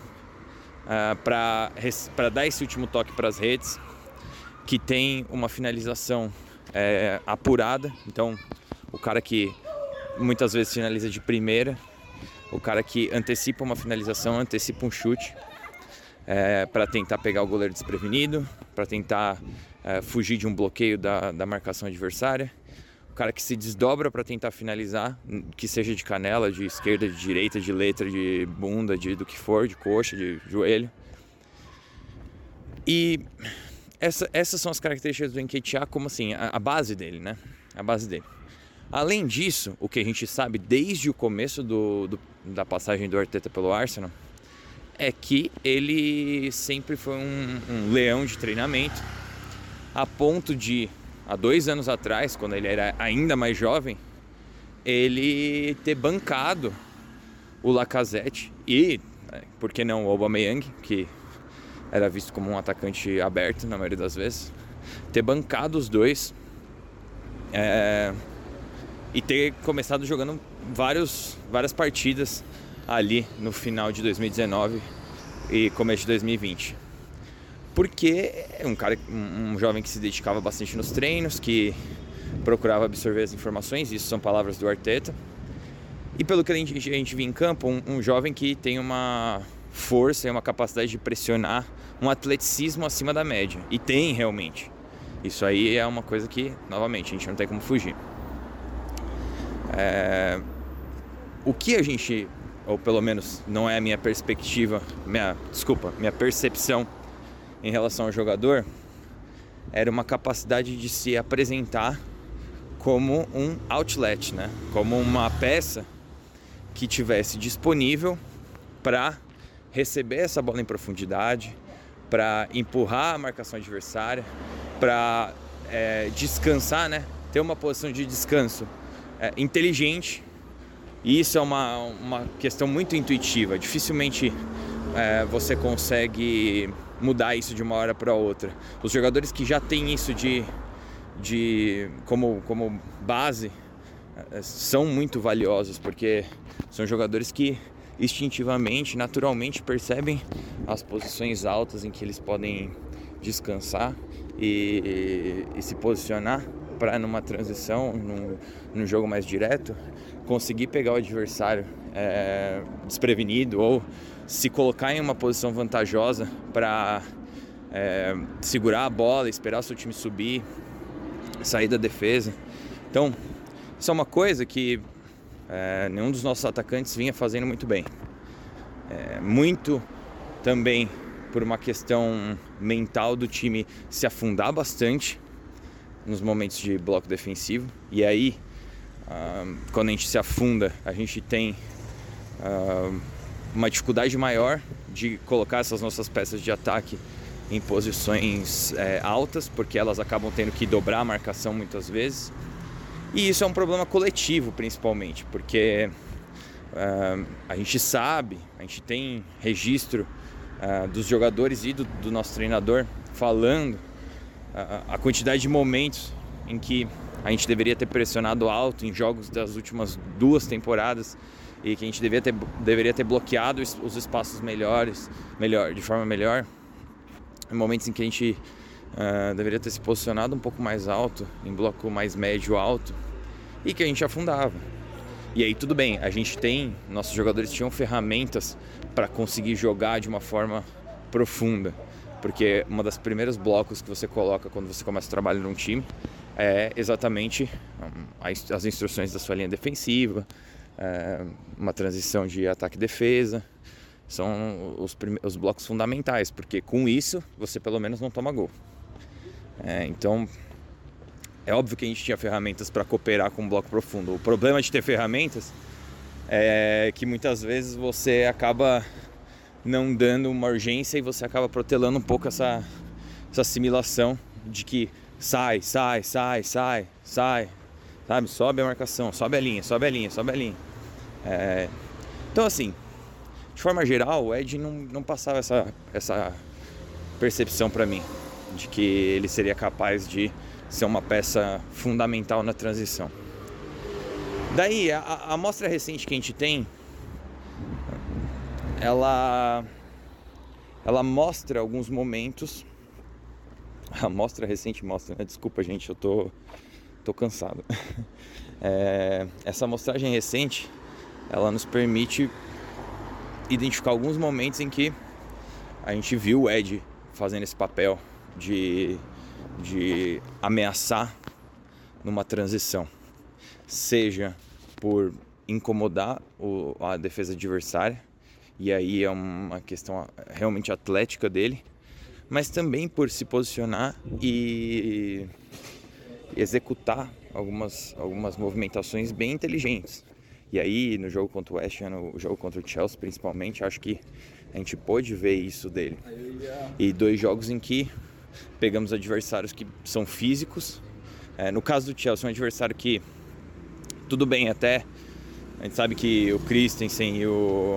para dar esse último toque para as redes, que tem uma finalização apurada. Então, o cara que muitas vezes finaliza de primeira, o cara que antecipa uma finalização, antecipa um chute, para tentar pegar o goleiro desprevenido, para tentar fugir de um bloqueio da marcação adversária. O cara que se desdobra para tentar finalizar, que seja de canela, de esquerda, de direita, de letra, de bunda, do que for, de coxa, de joelho. E essas são as características do Nketiah, como assim, a base dele, né? A base dele. Além disso, o que a gente sabe desde o começo da passagem do Arteta pelo Arsenal é que ele sempre foi um leão de treinamento, a ponto de, há 2 anos atrás, quando ele era ainda mais jovem, ele ter bancado o Lacazette e, por que não, o Aubameyang, que era visto como um atacante aberto na maioria das vezes, ter bancado os dois e ter começado jogando várias partidas ali no final de 2019 e começo de 2020. Porque é um jovem que se dedicava bastante nos treinos, que procurava absorver as informações, isso são palavras do Arteta. E pelo que a gente viu em campo, um jovem que tem uma força e uma capacidade de pressionar, um atleticismo acima da média. E tem realmente. Isso aí é uma coisa que, novamente, a gente não tem como fugir. O que a gente, ou pelo menos não é a minha perspectiva, minha percepção em relação ao jogador, era uma capacidade de se apresentar como um outlet, né? Como uma peça que tivesse disponível para receber essa bola em profundidade, para empurrar a marcação adversária, para descansar, né? Ter uma posição de descanso inteligente. E isso é uma questão muito intuitiva. Dificilmente você consegue mudar isso de uma hora para outra. Os jogadores que já têm isso como base são muito valiosos, porque são jogadores que instintivamente, naturalmente percebem as posições altas em que eles podem descansar e se posicionar para, numa transição, num jogo mais direto, conseguir pegar o adversário desprevenido ou se colocar em uma posição vantajosa para segurar a bola, esperar o seu time subir, sair da defesa. Então, isso é uma coisa que nenhum dos nossos atacantes vinha fazendo muito bem. Muito também por uma questão mental do time se afundar bastante nos momentos de bloco defensivo. E aí, quando a gente se afunda, a gente tem uma dificuldade maior de colocar essas nossas peças de ataque em posições altas, porque elas acabam tendo que dobrar a marcação muitas vezes. E isso é um problema coletivo, principalmente, porque a gente sabe, a gente tem registro dos jogadores e do nosso treinador falando a quantidade de momentos em que a gente deveria ter pressionado alto em jogos das últimas 2 temporadas e que a gente deveria ter bloqueado os espaços de forma melhor, em momentos em que a gente deveria ter se posicionado um pouco mais alto, em bloco mais médio alto, e que a gente afundava. E aí tudo bem, nossos jogadores tinham ferramentas para conseguir jogar de uma forma profunda, porque uma das primeiros blocos que você coloca quando você começa o trabalho num time é exatamente as instruções da sua linha defensiva, uma transição de ataque e defesa. São os blocos fundamentais, porque com isso você pelo menos não toma gol. Então é óbvio que a gente tinha ferramentas para cooperar com um bloco profundo. O problema de ter ferramentas é que muitas vezes você acaba não dando uma urgência e você acaba protelando um pouco essa assimilação de que sai, sabe? Sobe a marcação, sobe a linha. Então assim, de forma geral, o Ed não passava essa percepção para mim de que ele seria capaz de ser uma peça fundamental na transição. Daí, a amostra recente que a gente tem, ela mostra alguns momentos. A amostra recente mostra, né? Desculpa, gente, eu tô cansado. Essa amostragem recente, ela nos permite identificar alguns momentos em que a gente viu o Ed fazendo esse papel de ameaçar numa transição, seja por incomodar a defesa adversária, e aí é uma questão realmente atlética dele, mas também por se posicionar e executar algumas movimentações bem inteligentes. E aí, no jogo contra o West Ham, no jogo contra o Chelsea principalmente, acho que a gente pôde ver isso dele. E 2 jogos em que pegamos adversários que são físicos. No caso do Chelsea, um adversário que, tudo bem, até a gente sabe que o Christensen e o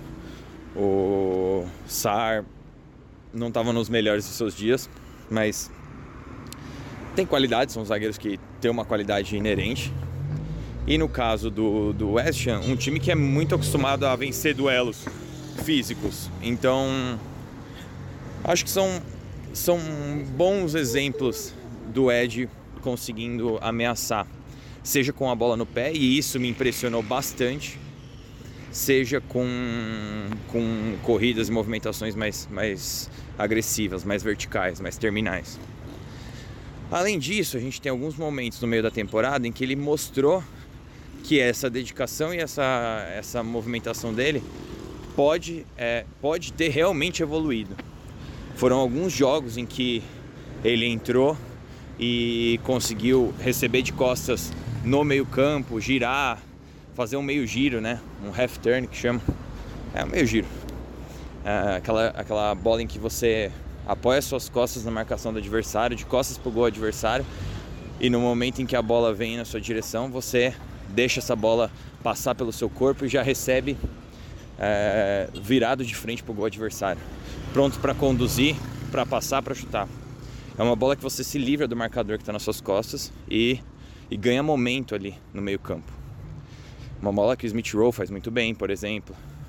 Sarr não estavam nos melhores dos seus dias, mas tem qualidade, são zagueiros que têm uma qualidade inerente. E no caso do West Ham, um time que é muito acostumado a vencer duelos físicos. Então, acho que são bons exemplos do Ed conseguindo ameaçar, seja com a bola no pé, e isso me impressionou bastante, seja com corridas e movimentações mais agressivas, mais verticais, mais terminais. Além disso, a gente tem alguns momentos no meio da temporada em que ele mostrou que essa dedicação e essa movimentação dele pode ter realmente evoluído. Foram alguns jogos em que ele entrou e conseguiu receber de costas no meio campo, girar, fazer um meio giro, né? Um half turn que chama. Um meio giro. Aquela bola em que você apoia suas costas na marcação do adversário, de costas pro gol adversário, e no momento em que a bola vem na sua direção, você deixa essa bola passar pelo seu corpo e já recebe virado de frente pro gol adversário, pronto para conduzir, para passar, para chutar. É uma bola que você se livra do marcador que está nas suas costas e ganha momento ali no meio campo. Uma bola que o Smith Rowe faz muito bem, por exemplo,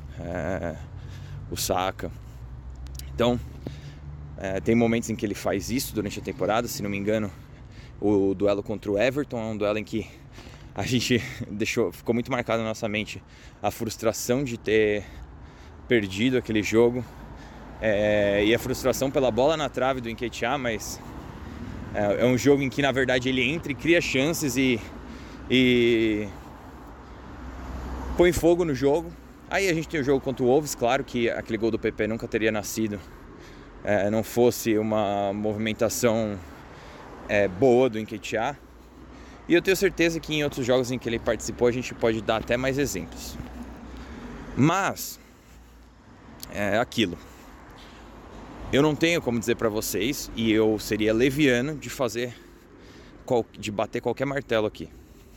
o Saka. Então, tem momentos em que ele faz isso durante a temporada. Se não me engano, o duelo contra o Everton é um duelo em que a gente ficou muito marcado na nossa mente a frustração de ter perdido aquele jogo, e a frustração pela bola na trave do Nketiah, mas é um jogo em que na verdade ele entra e cria chances e põe fogo no jogo. Aí a gente tem o jogo contra o Wolves, claro que aquele gol do PP nunca teria nascido não fosse uma movimentação boa do Nketiah. E eu tenho certeza que em outros jogos em que ele participou a gente pode dar até mais exemplos. Mas é aquilo. Eu não tenho como dizer para vocês, e eu seria leviano de bater qualquer martelo aqui.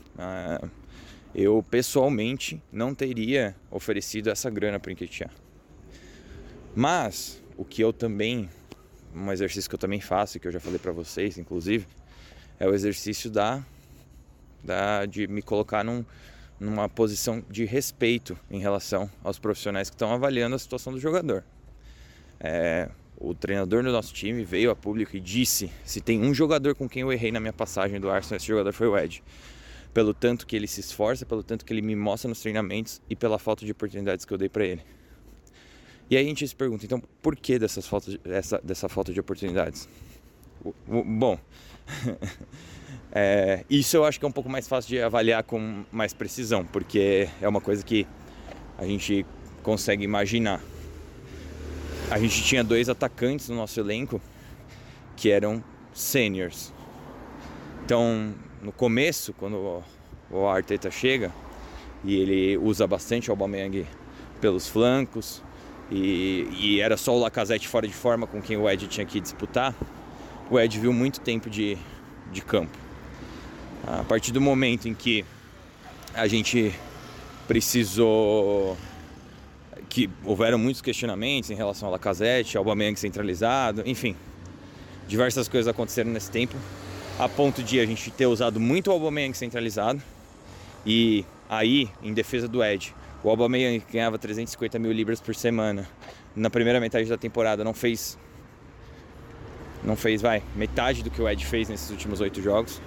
Eu pessoalmente não teria oferecido essa grana para o Nketiah. Mas o que eu também, um exercício que eu também faço e que eu já falei para vocês, inclusive, é o exercício de me colocar numa posição de respeito em relação aos profissionais que estão avaliando a situação do jogador. O treinador do nosso time veio a público e disse: se tem um jogador com quem eu errei na minha passagem do Arsenal, esse jogador foi o Ed. Pelo tanto que ele se esforça, pelo tanto que ele me mostra nos treinamentos e pela falta de oportunidades que eu dei para ele. E aí a gente se pergunta, então, por que dessa falta de oportunidades? Bom, Isso eu acho que é um pouco mais fácil de avaliar com mais precisão, porque é uma coisa que a gente consegue imaginar. A gente tinha 2 atacantes no nosso elenco que eram seniors. Então, no começo, quando o Arteta chega e ele usa bastante o Aubameyang pelos flancos e era só o Lacazette fora de forma com quem o Ed tinha que disputar, o Ed viu muito tempo de campo. A partir do momento em que a gente precisou, que houveram muitos questionamentos em relação ao Lacazette, ao Aubameyang centralizado, enfim, diversas coisas aconteceram nesse tempo, a ponto de a gente ter usado muito o Aubameyang centralizado. E aí, em defesa do Ed, o Aubameyang ganhava 350 mil libras por semana. Na primeira metade da temporada não fez metade do que o Ed fez nesses últimos 8 jogos.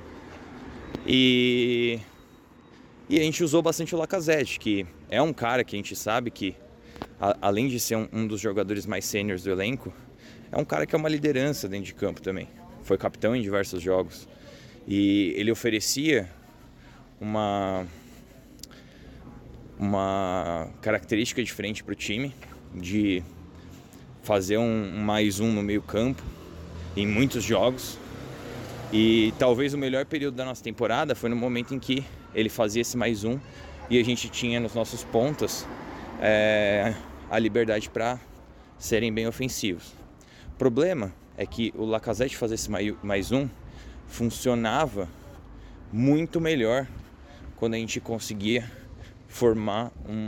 E a gente usou bastante o Lacazette, que é um cara que a gente sabe que, além de ser um dos jogadores mais sêniores do elenco, é um cara que é uma liderança dentro de campo também. Foi capitão em diversos jogos. E ele oferecia uma característica diferente para o time, de fazer um mais um no meio campo em muitos jogos. E talvez o melhor período da nossa temporada foi no momento em que ele fazia esse mais um e a gente tinha nos nossos pontas a liberdade para serem bem ofensivos. O problema é que o Lacazette fazer esse mais um funcionava muito melhor quando a gente conseguia formar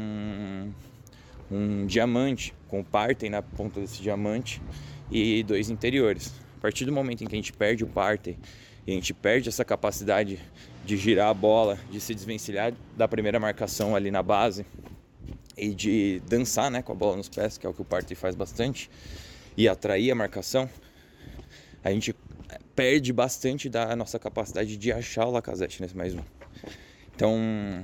um diamante, com o Partey na ponta desse diamante e 2 interiores. A partir do momento em que a gente perde o Partey e a gente perde essa capacidade de girar a bola, de se desvencilhar da primeira marcação ali na base e de dançar, né, com a bola nos pés, que é o que o Partey faz bastante, e atrair a marcação, a gente perde bastante da nossa capacidade de achar o Lacazette nesse mais um. Então,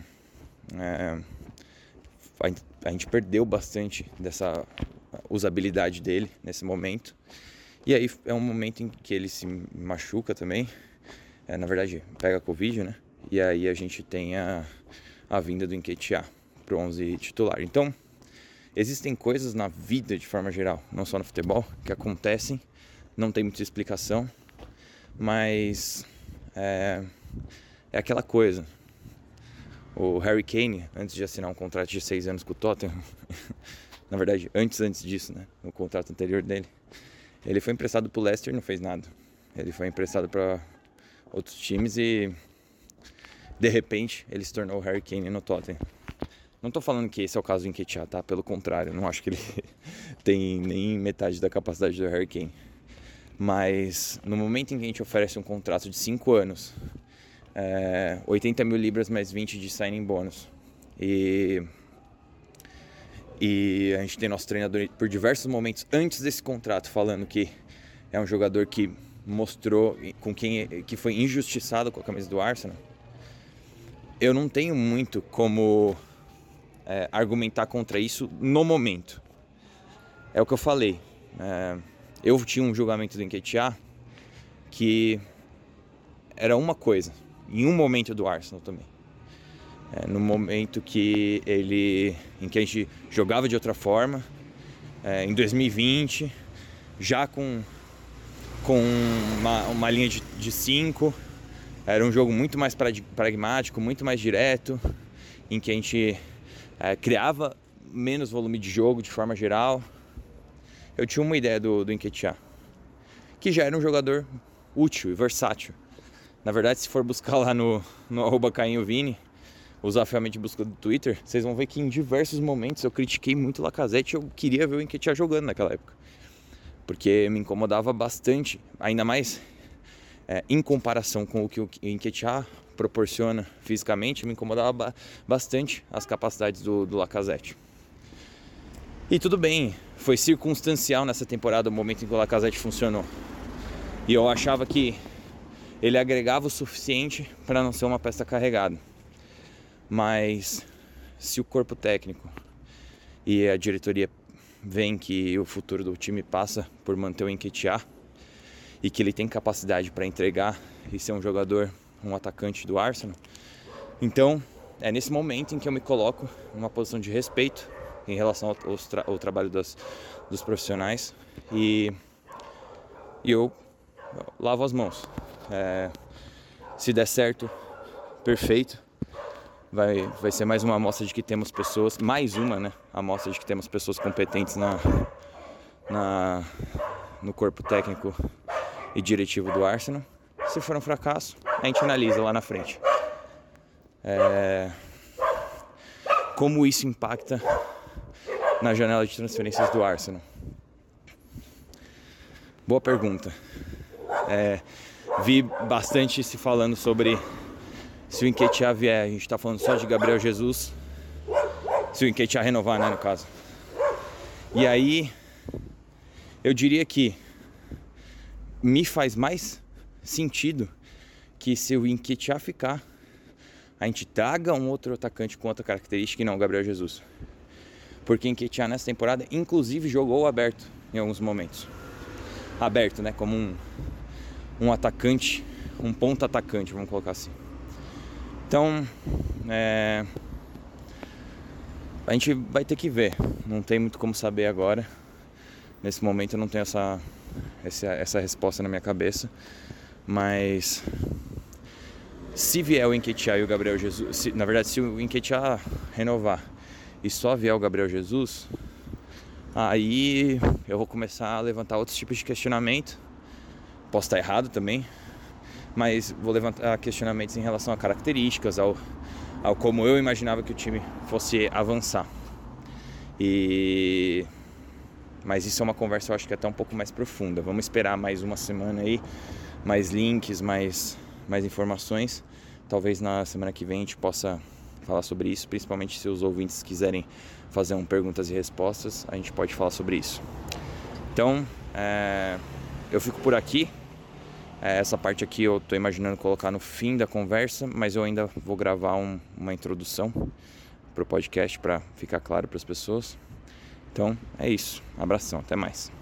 a gente perdeu bastante dessa usabilidade dele nesse momento. E aí é um momento em que ele se machuca também. Na verdade, pega Covid, né? E aí a gente tem a vinda do Nketiah pro 11 titular. Então, existem coisas na vida de forma geral, não só no futebol, que acontecem, não tem muita explicação, mas é aquela coisa. O Harry Kane, antes de assinar um contrato de 6 anos com o Tottenham, na verdade, antes disso, né, no contrato anterior dele, ele foi emprestado pro Leicester e não fez nada. Ele foi emprestado para outros times e, de repente, ele se tornou o Harry Kane no Tottenham. Não tô falando que esse é o caso do Nketiah, tá? Pelo contrário, não acho que ele tem nem metade da capacidade do Harry Kane. Mas, no momento em que a gente oferece um contrato de 5 anos, 80 mil libras mais 20 de signing bônus, e a gente tem nosso treinador por diversos momentos antes desse contrato falando que é um jogador que mostrou que foi injustiçado com a camisa do Arsenal, eu não tenho muito como argumentar contra isso no momento. É o que eu falei. Eu tinha um julgamento do Nketiah que era uma coisa, em um momento do Arsenal também. No momento em que a gente jogava de outra forma, em 2020, já com uma linha de 5, era um jogo muito mais pragmático, muito mais direto, em que a gente criava menos volume de jogo de forma geral. Eu tinha uma ideia do Nketiah, que já era um jogador útil e versátil. Na verdade, se for buscar lá no @CainhoVini, usar a ferramenta de busca do Twitter, vocês vão ver que em diversos momentos eu critiquei muito o Lacazette. Eu queria ver o Nketiah jogando naquela época, porque me incomodava bastante, ainda mais em comparação com o que o Nketiah proporciona fisicamente, me incomodava bastante as capacidades do Lacazette. E tudo bem, foi circunstancial nessa temporada o momento em que o Lacazette funcionou. E eu achava que ele agregava o suficiente para não ser uma peça carregada. Mas se o corpo técnico e a diretoria veem que o futuro do time passa por manter o Nketiah e que ele tem capacidade para entregar e ser um atacante do Arsenal. Então, é nesse momento em que eu me coloco numa posição de respeito em relação ao trabalho dos profissionais e eu lavo as mãos. Se der certo, perfeito. Vai ser mais uma amostra de que temos pessoas, amostra de que temos pessoas competentes no corpo técnico e diretivo do Arsenal. Se for um fracasso, a gente analisa lá na frente. Como isso impacta na janela de transferências do Arsenal? Boa pergunta. Vi bastante se falando sobre se o Nketiah vier. A gente está falando só de Gabriel Jesus. Se o Nketiah renovar, né, no caso. E aí, eu diria que me faz mais sentido que se o Nketiah ficar, a gente traga um outro atacante com outra característica e não o Gabriel Jesus. Porque o Nketiah nessa temporada, inclusive, jogou aberto em alguns momentos. Aberto, né? Como um atacante, um ponta atacante, vamos colocar assim. Então, a gente vai ter que ver. Não tem muito como saber agora. Nesse momento eu não tenho essa resposta na minha cabeça. Mas se vier o Nketiah e o Gabriel Jesus, se o Nketiah renovar e só vier o Gabriel Jesus, aí eu vou começar a levantar outros tipos de questionamento. Posso estar errado também, mas vou levantar questionamentos em relação a características, ao como eu imaginava que o time fosse avançar. Mas isso é uma conversa, eu acho que até um pouco mais profunda. Vamos esperar mais uma semana aí, mais links, mais informações. Talvez na semana que vem a gente possa falar sobre isso, principalmente se os ouvintes quiserem fazer perguntas e respostas, a gente pode falar sobre isso. Então, eu fico por aqui. Essa parte aqui eu estou imaginando colocar no fim da conversa, mas eu ainda vou gravar uma introdução para o podcast para ficar claro para as pessoas. Então é isso, abração, até mais.